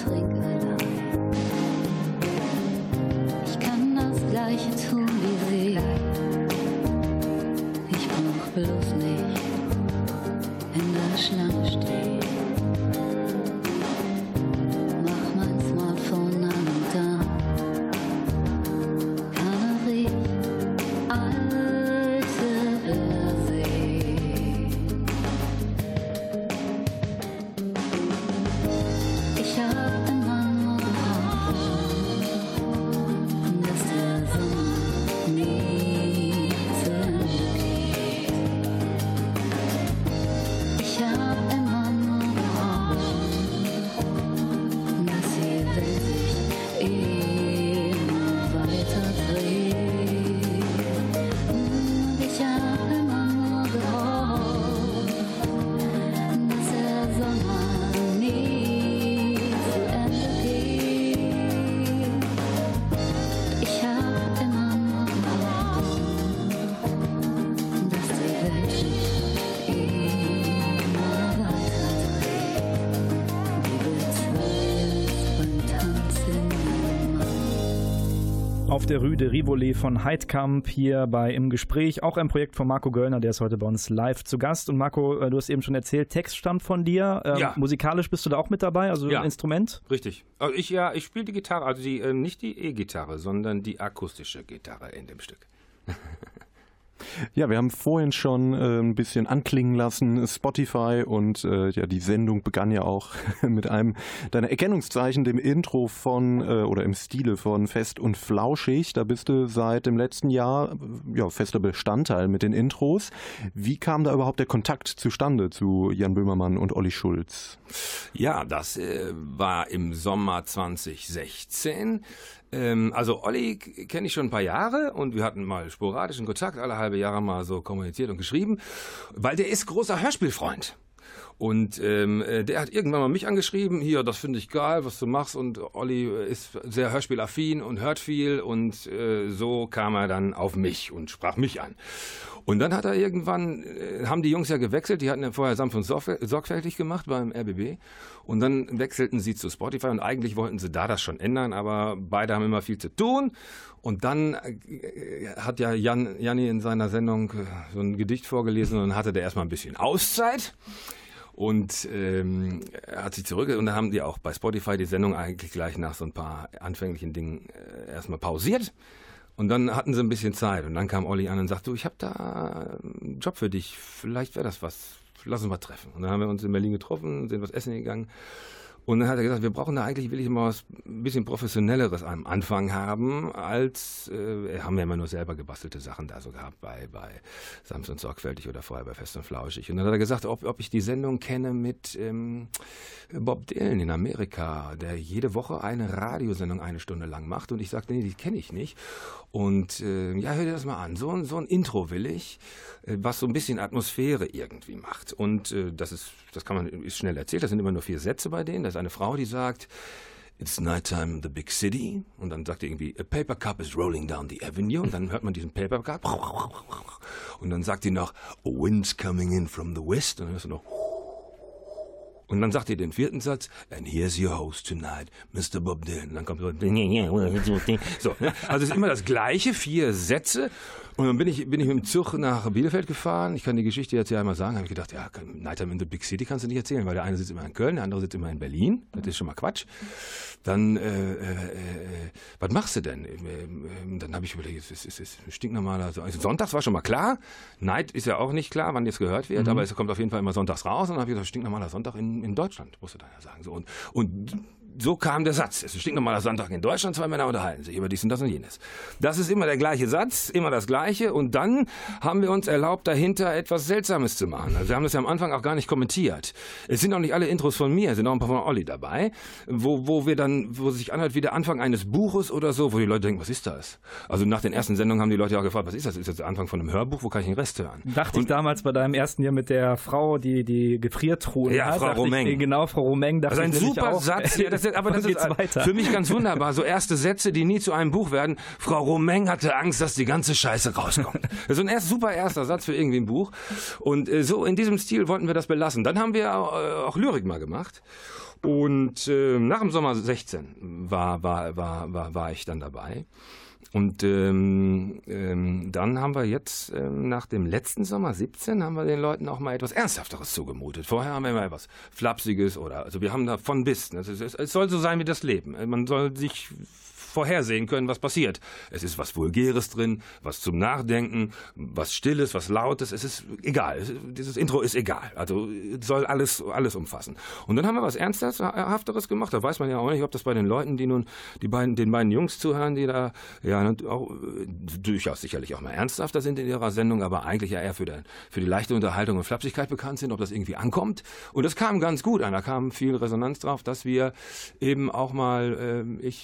trink allein. Ich kann das Gleiche tun wie sie. Ich brauch bloß nicht in der Schlange stehen. Mach mein Smartphone an und an. Keiner riecht alte Versehen. Ich hab immer nur gehofft, dass der Sommer nie zu Ende geht. Ich hab immer nur gehofft, dass die Welt sich immer weiter dreht. Und ich hab immer nur gehofft, dass der Sommer nie zu Ende geht. Ich hab immer nur gehofft, dass die Welt sich immer weiter dreht. Wie wir zwei beim Tanzen im Mai. Auf der Rue de Rivoli von Heidkamp hier bei Im Gespräch. Auch ein Projekt von Marco Göllner, der ist heute bei uns live zu Gast. Und Marco, du hast eben schon erzählt, Text stammt von dir. Ja. Musikalisch bist du da auch mit dabei, also Ja. ein Instrument? Richtig. Also ich spiele die Gitarre, also nicht die E-Gitarre, sondern die akustische Gitarre in dem Stück. Ja, wir haben vorhin schon ein bisschen anklingen lassen, Spotify, und ja, die Sendung begann ja auch mit einem deiner Erkennungszeichen, dem Intro von oder im Stile von Fest und Flauschig. Da bist du seit dem letzten Jahr ja fester Bestandteil mit den Intros. Wie kam da überhaupt der Kontakt zustande zu Jan Böhmermann und Olli Schulz? Ja, das war im Sommer 2016. Also Olli kenne ich schon ein paar Jahre und wir hatten mal sporadischen Kontakt, alle halbe Jahre mal so kommuniziert und geschrieben, weil der ist großer Hörspielfreund. Und der hat irgendwann mal mich angeschrieben, hier, das finde ich geil, was du machst, und Olli ist sehr hörspielaffin und hört viel, und so kam er dann auf mich und sprach mich an. Und dann hat er irgendwann, haben die Jungs ja gewechselt, die hatten ja vorher sanft und sorgfältig gemacht beim RBB, und dann wechselten sie zu Spotify, und eigentlich wollten sie da das schon ändern, aber beide haben immer viel zu tun. Und dann hat ja Janni in seiner Sendung so ein Gedicht vorgelesen, und dann hatte der erstmal ein bisschen Auszeit. Und er hat sich zurück, und dann haben die auch bei Spotify die Sendung eigentlich gleich nach so ein paar anfänglichen Dingen erstmal pausiert. Und dann hatten sie ein bisschen Zeit, und dann kam Olli an und sagte, du, ich habe da einen Job für dich, vielleicht wäre das was, lass uns mal treffen. Und dann haben wir uns in Berlin getroffen, sind was essen gegangen. Und dann hat er gesagt, wir brauchen da eigentlich, will ich mal was ein bisschen Professionelleres am Anfang haben, als, haben wir immer nur selber gebastelte Sachen da so gehabt bei Sanft und Sorgfältig oder vorher bei Fest und Flauschig. Und dann hat er gesagt, ob ich die Sendung kenne mit Bob Dylan in Amerika, der jede Woche eine Radiosendung 1 Stunde lang macht. Und ich sagte, nee, die kenne ich nicht. Und ja, hör dir das mal an. So ein Intro will ich, was so ein bisschen Atmosphäre irgendwie macht. Und ist schnell erzählt, das sind immer nur 4 Sätze bei denen. Da ist eine Frau, die sagt, It's nighttime in the big city. Und dann sagt die irgendwie, a paper cup is rolling down the avenue. Und dann hört man diesen Paper Cup. Und dann sagt die noch, a wind's coming in from the west. Und dann hörst du noch, und dann sagt ihr den 4. Satz, and here's your host tonight, Mr. Bob Dylan. Und dann kommt so, also es ist immer das gleiche, 4 Sätze. Und dann bin ich mit dem Zug nach Bielefeld gefahren. Ich kann die Geschichte jetzt ja einmal sagen. Habe ich gedacht, ja, Nighttime in the Big City kannst du nicht erzählen, weil der eine sitzt immer in Köln, der andere sitzt immer in Berlin. Das ist schon mal Quatsch. Dann, was machst du denn? Dann habe ich überlegt, es ist ein stinknormaler, also sonntags war schon mal klar. Night ist ja auch nicht klar, wann jetzt gehört wird, aber es kommt auf jeden Fall immer sonntags raus. Und dann habe ich gesagt, stinknormaler Sonntag in Deutschland, musst du dann ja sagen. So, und so kam der Satz. Es ist ein stinknormaler Sonntag in Deutschland, 2 Männer unterhalten sich über dies und das und jenes. Das ist immer der gleiche Satz, immer das Gleiche. Und dann haben wir uns erlaubt, dahinter etwas Seltsames zu machen. Also wir haben das ja am Anfang auch gar nicht kommentiert. Es sind auch nicht alle Intros von mir, es sind auch ein paar von Olli dabei, wo sich anhört wie der Anfang eines Buches oder so, wo die Leute denken, was ist das? Also nach den ersten Sendungen haben die Leute auch gefragt, was ist das? Ist das der Anfang von einem Hörbuch? Wo kann ich den Rest hören? Dachte ich damals bei deinem ersten Jahr mit der Frau, die Gefriertruhe ja, hat. Frau Romeng. Genau, Frau Romeng. Das ist ein super Satz. Ja, das aber das ist weiter. für mich ganz wunderbar. So erste Sätze, die nie zu einem Buch werden. Frau Romeng hatte Angst, dass die ganze Scheiße rauskommt. Das ist ein super erster Satz für irgendwie ein Buch. Und so in diesem Stil wollten wir das belassen. Dann haben wir auch Lyrik mal gemacht. Und nach dem Sommer 16 war ich dann dabei. Und dann haben wir jetzt nach dem letzten Sommer 17 haben wir den Leuten auch mal etwas Ernsthafteres zugemutet. Vorher haben wir immer etwas Flapsiges also wir haben da von bis. Es soll so sein wie das Leben. Man soll sich vorhersehen können, was passiert. Es ist was Vulgäres drin, was zum Nachdenken, was Stilles, was Lautes. Es ist egal. Dieses Intro ist egal. Also soll alles umfassen. Und dann haben wir was Ernsthafteres gemacht. Da weiß man ja auch nicht, ob das bei den Leuten, die nun den beiden Jungs zuhören, die da ja auch durchaus sicherlich auch mal ernsthafter sind in ihrer Sendung, aber eigentlich ja eher für die leichte Unterhaltung und Flapsigkeit bekannt sind, ob das irgendwie ankommt. Und das kam ganz gut an. Da kam viel Resonanz drauf, dass wir eben auch mal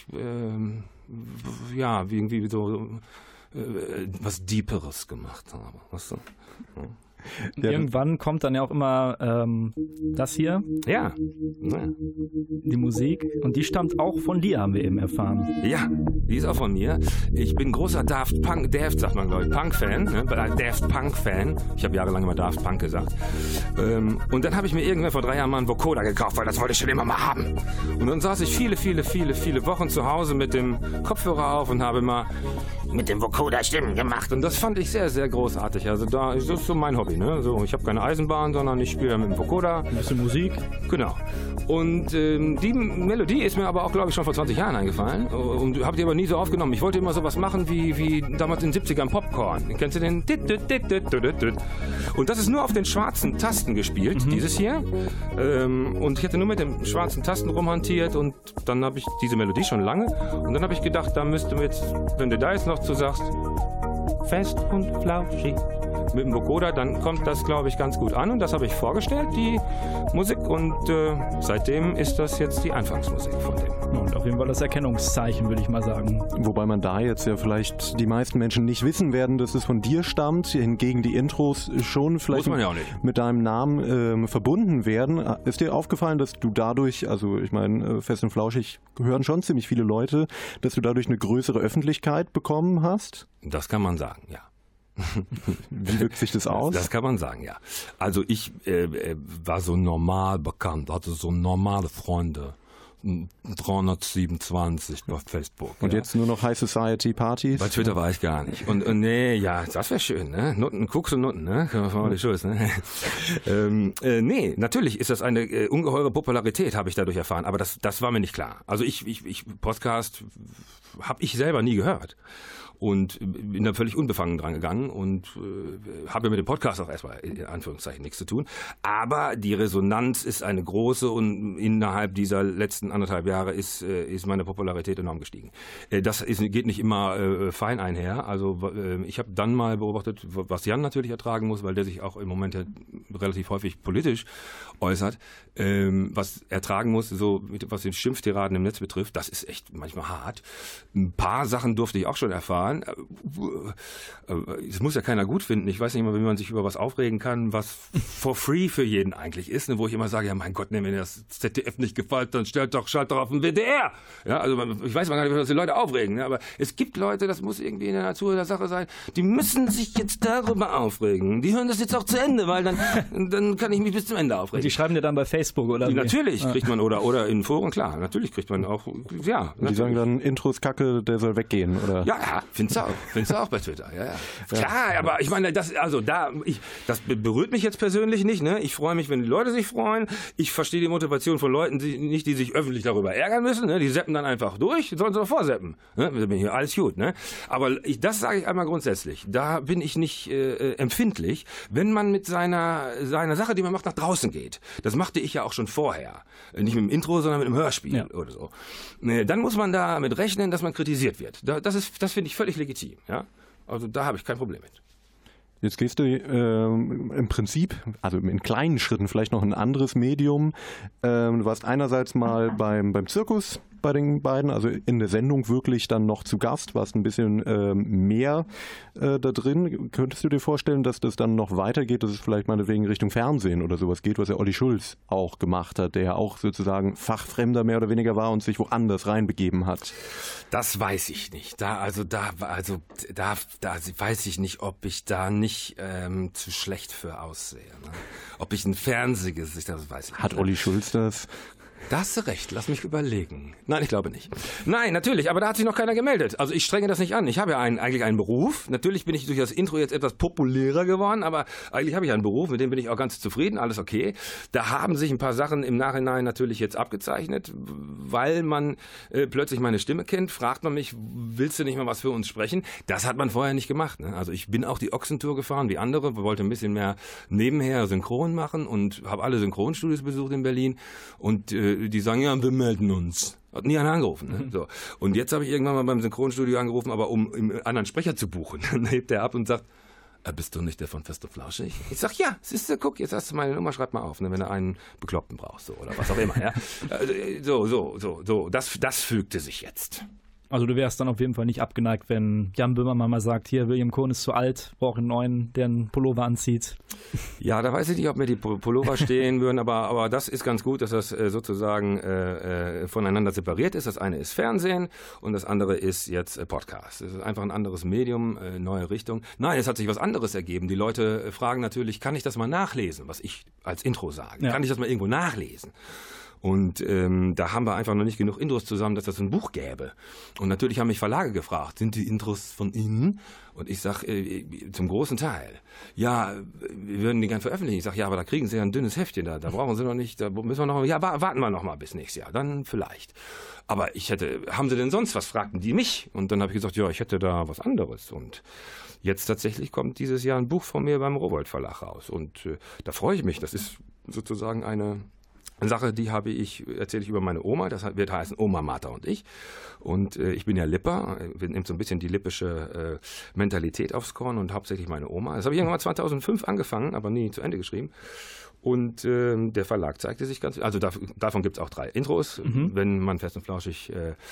irgendwie so was Deeperes gemacht haben. Weißt du? Irgendwann kommt dann ja auch immer das hier. Ja. Die Musik. Und die stammt auch von dir, haben wir eben erfahren. Ja, die ist auch von mir. Ich bin großer Daft sagt man, glaube ich, Punk-Fan. Ne? Daft Punk-Fan. Ich habe jahrelang immer Daft Punk gesagt. Und dann habe ich mir irgendwann vor 3 Jahren mal einen Vocoder gekauft, weil das wollte ich schon immer mal haben. Und dann saß ich viele Wochen zu Hause mit dem Kopfhörer auf und habe mal mit dem Vocoder Stimmen gemacht. Und das fand ich sehr, sehr großartig. Also das ist so mein Hobby. Ne? So, ich habe keine Eisenbahn, sondern ich spiele mit dem Vocoder. Ein bisschen Musik. Genau. Und die Melodie ist mir aber auch, glaube ich, schon vor 20 Jahren eingefallen. Und habe die aber nie so aufgenommen. Ich wollte immer sowas machen wie damals in den 70ern Popcorn. Kennst du den? Und das ist nur auf den schwarzen Tasten gespielt, dieses hier. Und ich hatte nur mit den schwarzen Tasten rumhantiert und dann habe ich diese Melodie schon lange. Und dann habe ich gedacht, da müsste jetzt, wenn du da jetzt noch zu sagst, fest und flauschig mit dem Vocoder, dann kommt das, glaube ich, ganz gut an. Und das habe ich vorgestellt, die Musik. Und seitdem ist das jetzt die Anfangsmusik von dem. Und auf jeden Fall das Erkennungszeichen, würde ich mal sagen. Wobei man da jetzt ja vielleicht die meisten Menschen nicht wissen werden, dass es von dir stammt. Hingegen die Intros schon vielleicht mit deinem Namen verbunden werden. Ist dir aufgefallen, dass du dadurch, also ich meine, Fest und Flauschig hören schon ziemlich viele Leute, dass du dadurch eine größere Öffentlichkeit bekommen hast? Das kann man sagen, ja. Wie wirkt sich das aus? Das kann man sagen, ja. Also ich war so normal bekannt, hatte so normale Freunde. 327 bei Facebook. Und jetzt nur noch High Society Partys? Bei Twitter war ich gar nicht. Und nee, ja, das wäre schön, ne? Nutten, Koks und Nutten, ne? Können wir mal die Schuss, ne? Nee, natürlich ist das eine ungeheure Popularität, habe ich dadurch erfahren, aber das war mir nicht klar. Also Podcast habe ich selber nie gehört. Und bin da völlig unbefangen dran gegangen und habe mit dem Podcast auch erstmal in Anführungszeichen nichts zu tun. Aber die Resonanz ist eine große und innerhalb dieser letzten 1,5 Jahre ist meine Popularität enorm gestiegen. Das geht nicht immer fein einher. Also ich habe dann mal beobachtet, was Jan natürlich ertragen muss, weil der sich auch im Moment ja relativ häufig politisch äußert, was er tragen muss, so was den Schimpftiraden im Netz betrifft. Das ist echt manchmal hart. Ein paar Sachen durfte ich auch schon erfahren. Es muss ja keiner gut finden. Ich weiß nicht mal, wie man sich über was aufregen kann, was for free für jeden eigentlich ist, ne? Wo ich immer sage, ja mein Gott, ne, wenn dir das ZDF nicht gefällt, dann schalt doch auf den WDR. Ja, also ich weiß mal gar nicht, was die Leute aufregen, ne? Aber es gibt Leute, das muss irgendwie in der Natur der Sache sein, die müssen sich jetzt darüber aufregen. Die hören das jetzt auch zu Ende, weil dann kann ich mich bis zum Ende aufregen. Und die schreiben dir dann bei Facebook, oder? Natürlich kriegt man, oder in Foren, klar, natürlich kriegt man auch, ja. Und die sagen dann, Intros Kacke, der soll weggehen, oder? Ja, findest du auch bei Twitter, ja. Klar, aber ich meine, das berührt mich jetzt persönlich nicht, ne? Ich freue mich, wenn die Leute sich freuen. Ich verstehe die Motivation von Leuten nicht, die sich öffentlich darüber ärgern müssen, ne? Die seppen dann einfach durch, sollen sie doch vorseppen, ne? Da bin ich hier alles gut, ne? Aber das sage ich einmal grundsätzlich. Da bin ich nicht empfindlich, wenn man mit seiner Sache, die man macht, nach draußen geht. Das machte ich ja auch schon vorher. Nicht mit dem Intro, sondern mit dem Hörspiel oder so. Dann muss man damit rechnen, dass man kritisiert wird. Das finde ich völlig legitim, ja. Also da habe ich kein Problem mit. Jetzt gehst du im Prinzip, also in kleinen Schritten vielleicht noch ein anderes Medium. Du warst einerseits mal beim Zirkus bei den beiden, also in der Sendung wirklich dann noch zu Gast, warst ein bisschen mehr da drin. Könntest du dir vorstellen, dass das dann noch weitergeht, dass es vielleicht meinetwegen Richtung Fernsehen oder sowas geht, was ja Olli Schulz auch gemacht hat, der ja auch sozusagen Fachfremder mehr oder weniger war und sich woanders reinbegeben hat? Das weiß ich nicht. Da weiß ich nicht, ob ich da nicht zu schlecht für aussehe. Ne? Ob ich ein Fernsehgesicht, das weiß ich nicht. Hat Olli Schulz das? Da hast du recht, lass mich überlegen. Nein, ich glaube nicht. Nein, natürlich, aber da hat sich noch keiner gemeldet. Also ich strenge das nicht an. Ich habe ja eigentlich einen Beruf. Natürlich bin ich durch das Intro jetzt etwas populärer geworden, aber eigentlich habe ich einen Beruf, mit dem bin ich auch ganz zufrieden, alles okay. Da haben sich ein paar Sachen im Nachhinein natürlich jetzt abgezeichnet, weil man plötzlich meine Stimme kennt, fragt man mich, willst du nicht mal was für uns sprechen? Das hat man vorher nicht gemacht. Ne? Also ich bin auch die Ochsentour gefahren wie andere, wollte ein bisschen mehr nebenher synchron machen und habe alle Synchronstudios besucht in Berlin und die sagen, ja, wir melden uns. Hat nie einer angerufen. Ne? So. Und jetzt habe ich irgendwann mal beim Synchronstudio angerufen, aber um einen anderen Sprecher zu buchen. Dann hebt er ab und sagt, bist du nicht der von Fest und Flauschig? Ich sag, ja, siehst du, guck, jetzt hast du meine Nummer, schreib mal auf, ne, wenn du einen Bekloppten brauchst, so, oder was auch immer. Ja? Das fügte sich jetzt. Also du wärst dann auf jeden Fall nicht abgeneigt, wenn Jan Böhmermann mal sagt, hier, William Cohn ist zu alt, braucht einen neuen, der einen Pullover anzieht. Ja, da weiß ich nicht, ob mir die Pullover stehen würden, aber das ist ganz gut, dass das sozusagen voneinander separiert ist. Das eine ist Fernsehen und das andere ist jetzt Podcast. Es ist einfach ein anderes Medium, neue Richtung. Nein, es hat sich was anderes ergeben. Die Leute fragen natürlich, kann ich das mal nachlesen, was ich als Intro sage? Ja. Kann ich das mal irgendwo nachlesen? Und da haben wir einfach noch nicht genug Intros zusammen, dass das ein Buch gäbe. Und natürlich haben mich Verlage gefragt, sind die Intros von Ihnen? Und ich sage, zum großen Teil. Ja, wir würden die gerne veröffentlichen. Ich sage, ja, aber da kriegen Sie ja ein dünnes Heftchen. Da brauchen Sie noch nicht, da müssen wir noch, ja, warten wir noch mal bis nächstes Jahr, dann vielleicht. Aber haben Sie denn sonst was? Fragten die mich. Und dann habe ich gesagt, ja, ich hätte da was anderes. Und jetzt tatsächlich kommt dieses Jahr ein Buch von mir beim Rowohlt Verlag raus. Und da freue ich mich. Das ist sozusagen eine Sache, die erzähle ich über meine Oma, das wird heißen Oma, Martha und ich. Und ich bin ja Lipper, nimmt so ein bisschen die lippische Mentalität aufs Korn und hauptsächlich meine Oma. Das habe ich irgendwann 2005 angefangen, aber nie zu Ende geschrieben. Und der Verlag zeigte sich also davon gibt es auch 3 Intros. Wenn man Fest und Flauschig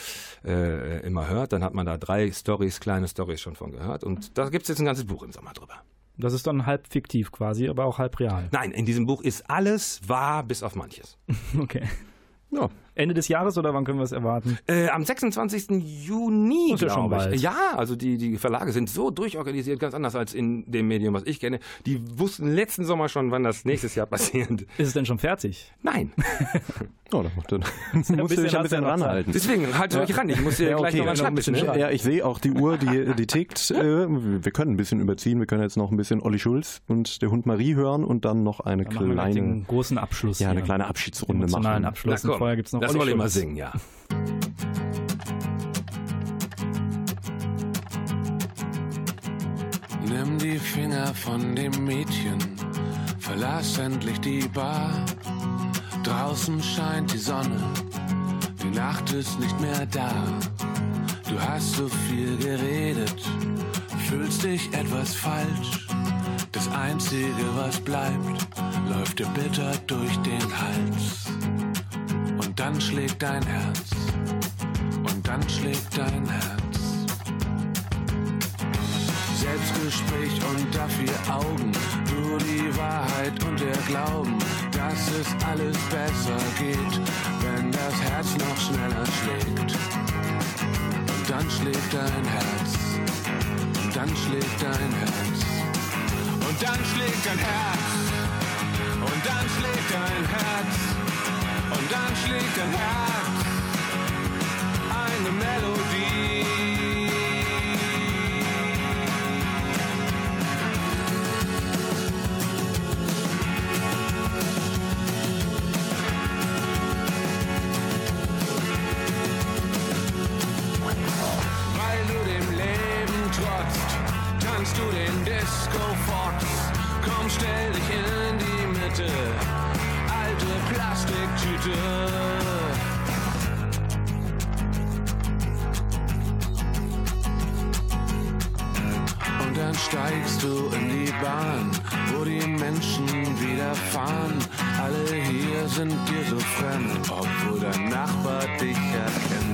immer hört, dann hat man da 3 kleine Storys schon von gehört. Und da gibt es jetzt ein ganzes Buch im Sommer drüber. Das ist dann halb fiktiv quasi, aber auch halb real. Nein, in diesem Buch ist alles wahr, bis auf manches. Okay. Ja. Ende des Jahres oder wann können wir es erwarten? Am 26. Juni, glaube ich. Bald. Ja, also die Verlage sind so durchorganisiert, ganz anders als in dem Medium, was ich kenne. Die wussten letzten Sommer schon, wann das nächstes Jahr passiert. Ist es denn schon fertig? Nein. Oh, dann musst du dich ein bisschen ranhalten. Deswegen haltet euch ran, ich muss dir gleich noch einen Schreibtisch. Ja, ich sehe auch die Uhr, die tickt. Wir können ein bisschen überziehen, wir können jetzt noch ein bisschen Olli Schulz und der Hund Marie hören und dann noch eine kleine großen Abschluss. Ja, eine kleine Abschiedsrunde machen. Abschluss. Und vorher gibt's noch das soll ich mal singen, ja. Nimm die Finger von dem Mädchen, verlass endlich die Bar. Draußen scheint die Sonne, die Nacht ist nicht mehr da. Du hast so viel geredet, fühlst dich etwas falsch. Das Einzige, was bleibt, läuft dir bitter durch den Hals. Und dann schlägt dein Herz, und dann schlägt dein Herz. Selbstgespräch unter 4 Augen, nur die Wahrheit und der Glauben, dass es alles besser geht, wenn das Herz noch schneller schlägt. Und dann schlägt dein Herz, und dann schlägt dein Herz. Und dann schlägt dein Herz, und dann schlägt dein Herz. Und dann schlägt dein Herz eine Melodie. Weil du dem Leben trotzt, tanzt du den Disco-Fox. Komm, stell dich in die Mitte, alte Plastiktüte. Und dann steigst du in die Bahn, wo die Menschen wieder fahren. Alle hier sind dir so fremd, obwohl dein Nachbar dich erkennt.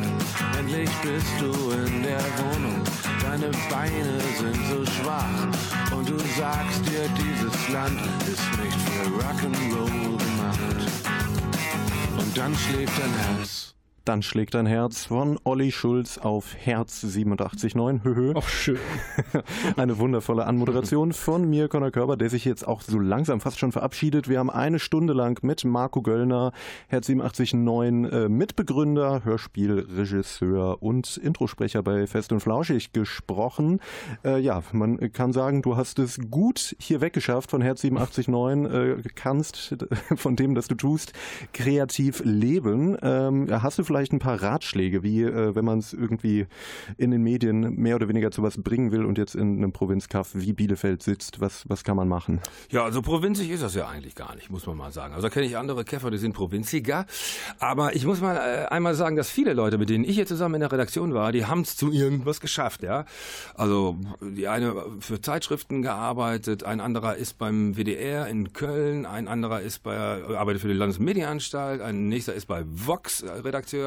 Plötzlich bist du in der Wohnung, deine Beine sind so schwach und du sagst dir, dieses Land ist nicht für Rock'n'Roll gemacht. Und dann schlägt dein Herz. Dann schlägt dein Herz von Olli Schulz auf Herz 87.9. Höhö. Ach, schön. Eine wundervolle Anmoderation von mir, Conor Körber, der sich jetzt auch so langsam fast schon verabschiedet. Wir haben eine Stunde lang mit Marco Göllner, Herz 87.9, Mitbegründer, Hörspielregisseur und Introsprecher bei Fest und Flauschig gesprochen. Ja, man kann sagen, du hast es gut hier weggeschafft von Herz 87.9, kannst von dem, das du tust, kreativ leben. Hast du vielleicht ein paar Ratschläge, wie wenn man es irgendwie in den Medien mehr oder weniger zu was bringen will und jetzt in einem Provinzkaff wie Bielefeld sitzt, was kann man machen? Ja, also provinzig ist das ja eigentlich gar nicht, muss man mal sagen. Also da kenne ich andere Käfer, die sind provinziger. Aber ich muss mal einmal sagen, dass viele Leute, mit denen ich hier zusammen in der Redaktion war, die haben es zu irgendwas geschafft, ja. Also die eine für Zeitschriften gearbeitet, ein anderer ist beim WDR in Köln, ein anderer arbeitet für die Landesmedienanstalt, ein nächster ist bei Vox Redakteur.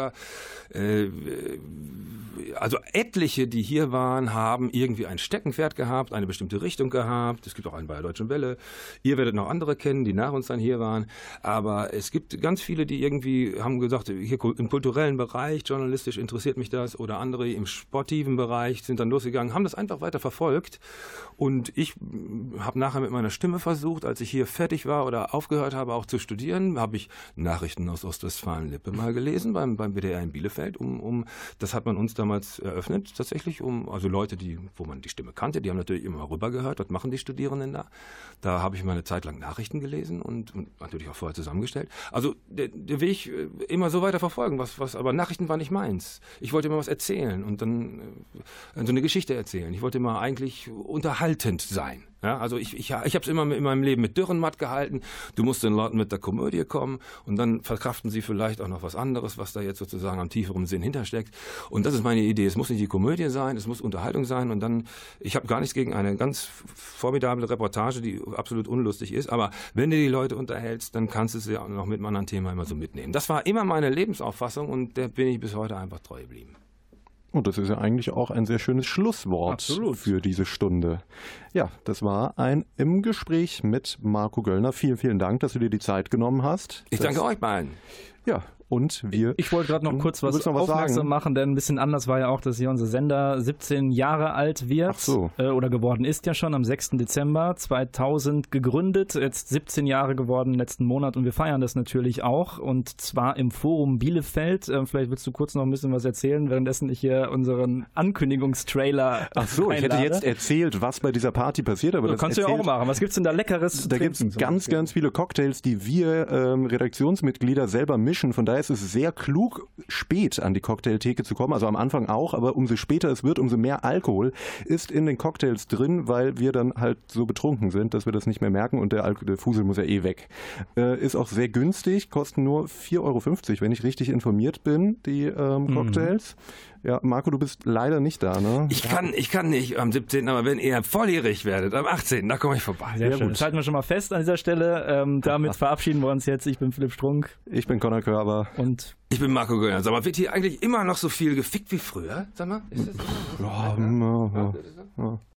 Also etliche, die hier waren, haben irgendwie ein Steckenpferd gehabt, eine bestimmte Richtung gehabt. Es gibt auch einen bei der Deutschen Welle. Ihr werdet noch andere kennen, die nach uns dann hier waren. Aber es gibt ganz viele, die irgendwie haben gesagt, hier im kulturellen Bereich, journalistisch interessiert mich das. Oder andere im sportiven Bereich sind dann losgegangen, haben das einfach weiter verfolgt. Und ich habe nachher mit meiner Stimme versucht, als ich hier fertig war oder aufgehört habe, auch zu studieren, habe ich Nachrichten aus Ostwestfalen-Lippe mal gelesen beim WDR in Bielefeld. Das hat man uns damals eröffnet, tatsächlich, also Leute, wo man die Stimme kannte, die haben natürlich immer rübergehört, was machen die Studierenden da? Da habe ich mal eine Zeit lang Nachrichten gelesen und natürlich auch vorher zusammengestellt. Also der Weg immer so weiter verfolgen, aber Nachrichten war nicht meins. Ich wollte immer was erzählen und dann so eine Geschichte erzählen. Ich wollte immer eigentlich unterhaltend sein. Ja, also ich habe es immer in meinem Leben mit Dürrenmatt gehalten. Du musst den Leuten mit der Komödie kommen und dann verkraften sie vielleicht auch noch was anderes, was da jetzt sozusagen am tieferen Sinn hintersteckt. Und das ist meine Idee. Es muss nicht die Komödie sein, es muss Unterhaltung sein. Und dann, ich habe gar nichts gegen eine ganz formidable Reportage, die absolut unlustig ist. Aber wenn du die Leute unterhältst, dann kannst du sie auch noch mit einem anderen Thema immer so mitnehmen. Das war immer meine Lebensauffassung und der bin ich bis heute einfach treu geblieben. Und das ist ja eigentlich auch ein sehr schönes Schlusswort für diese Stunde. Ja, das war ein im Gespräch mit Marco Göllner. Vielen, vielen Dank, dass du dir die Zeit genommen hast. Ich danke euch beiden. Ja, und Ich wollte gerade noch kurz was aufmerksam machen, denn ein bisschen anders war ja auch, dass hier unser Sender 17 Jahre alt wird. Ach so. Oder geworden ist ja schon am 6. Dezember 2000 gegründet, jetzt 17 Jahre geworden letzten Monat und wir feiern das natürlich auch und zwar im Forum Bielefeld. Vielleicht willst du kurz noch ein bisschen was erzählen, währenddessen ich hier unseren Ankündigungstrailer Ach so, ich hätte jetzt erzählt, was bei dieser Party passiert, aber das kannst du ja auch machen. Was gibt's denn da Leckeres? Da gibt's ganz viele Cocktails, die wir Redaktionsmitglieder selber mischen. Von daher ist es sehr klug, spät an die Cocktailtheke zu kommen, also am Anfang auch, aber umso später es wird, umso mehr Alkohol ist in den Cocktails drin, weil wir dann halt so betrunken sind, dass wir das nicht mehr merken und der Fusel muss ja eh weg. Ist auch sehr günstig, kosten nur 4,50 €, wenn ich richtig informiert bin, die Cocktails. Ja, Marco, du bist leider nicht da, ne? Ich kann nicht am 17., aber wenn ihr volljährig werdet, am 18., da komme ich vorbei. Sehr schön. Das halten wir schon mal fest an dieser Stelle. Damit verabschieden wir uns jetzt. Ich bin Philipp Strunk. Ich bin Conor Körber. Und ich bin Marco Göllner. Sag mal, wird hier eigentlich immer noch so viel gefickt wie früher? Sag mal, ist das immer noch so? Ja.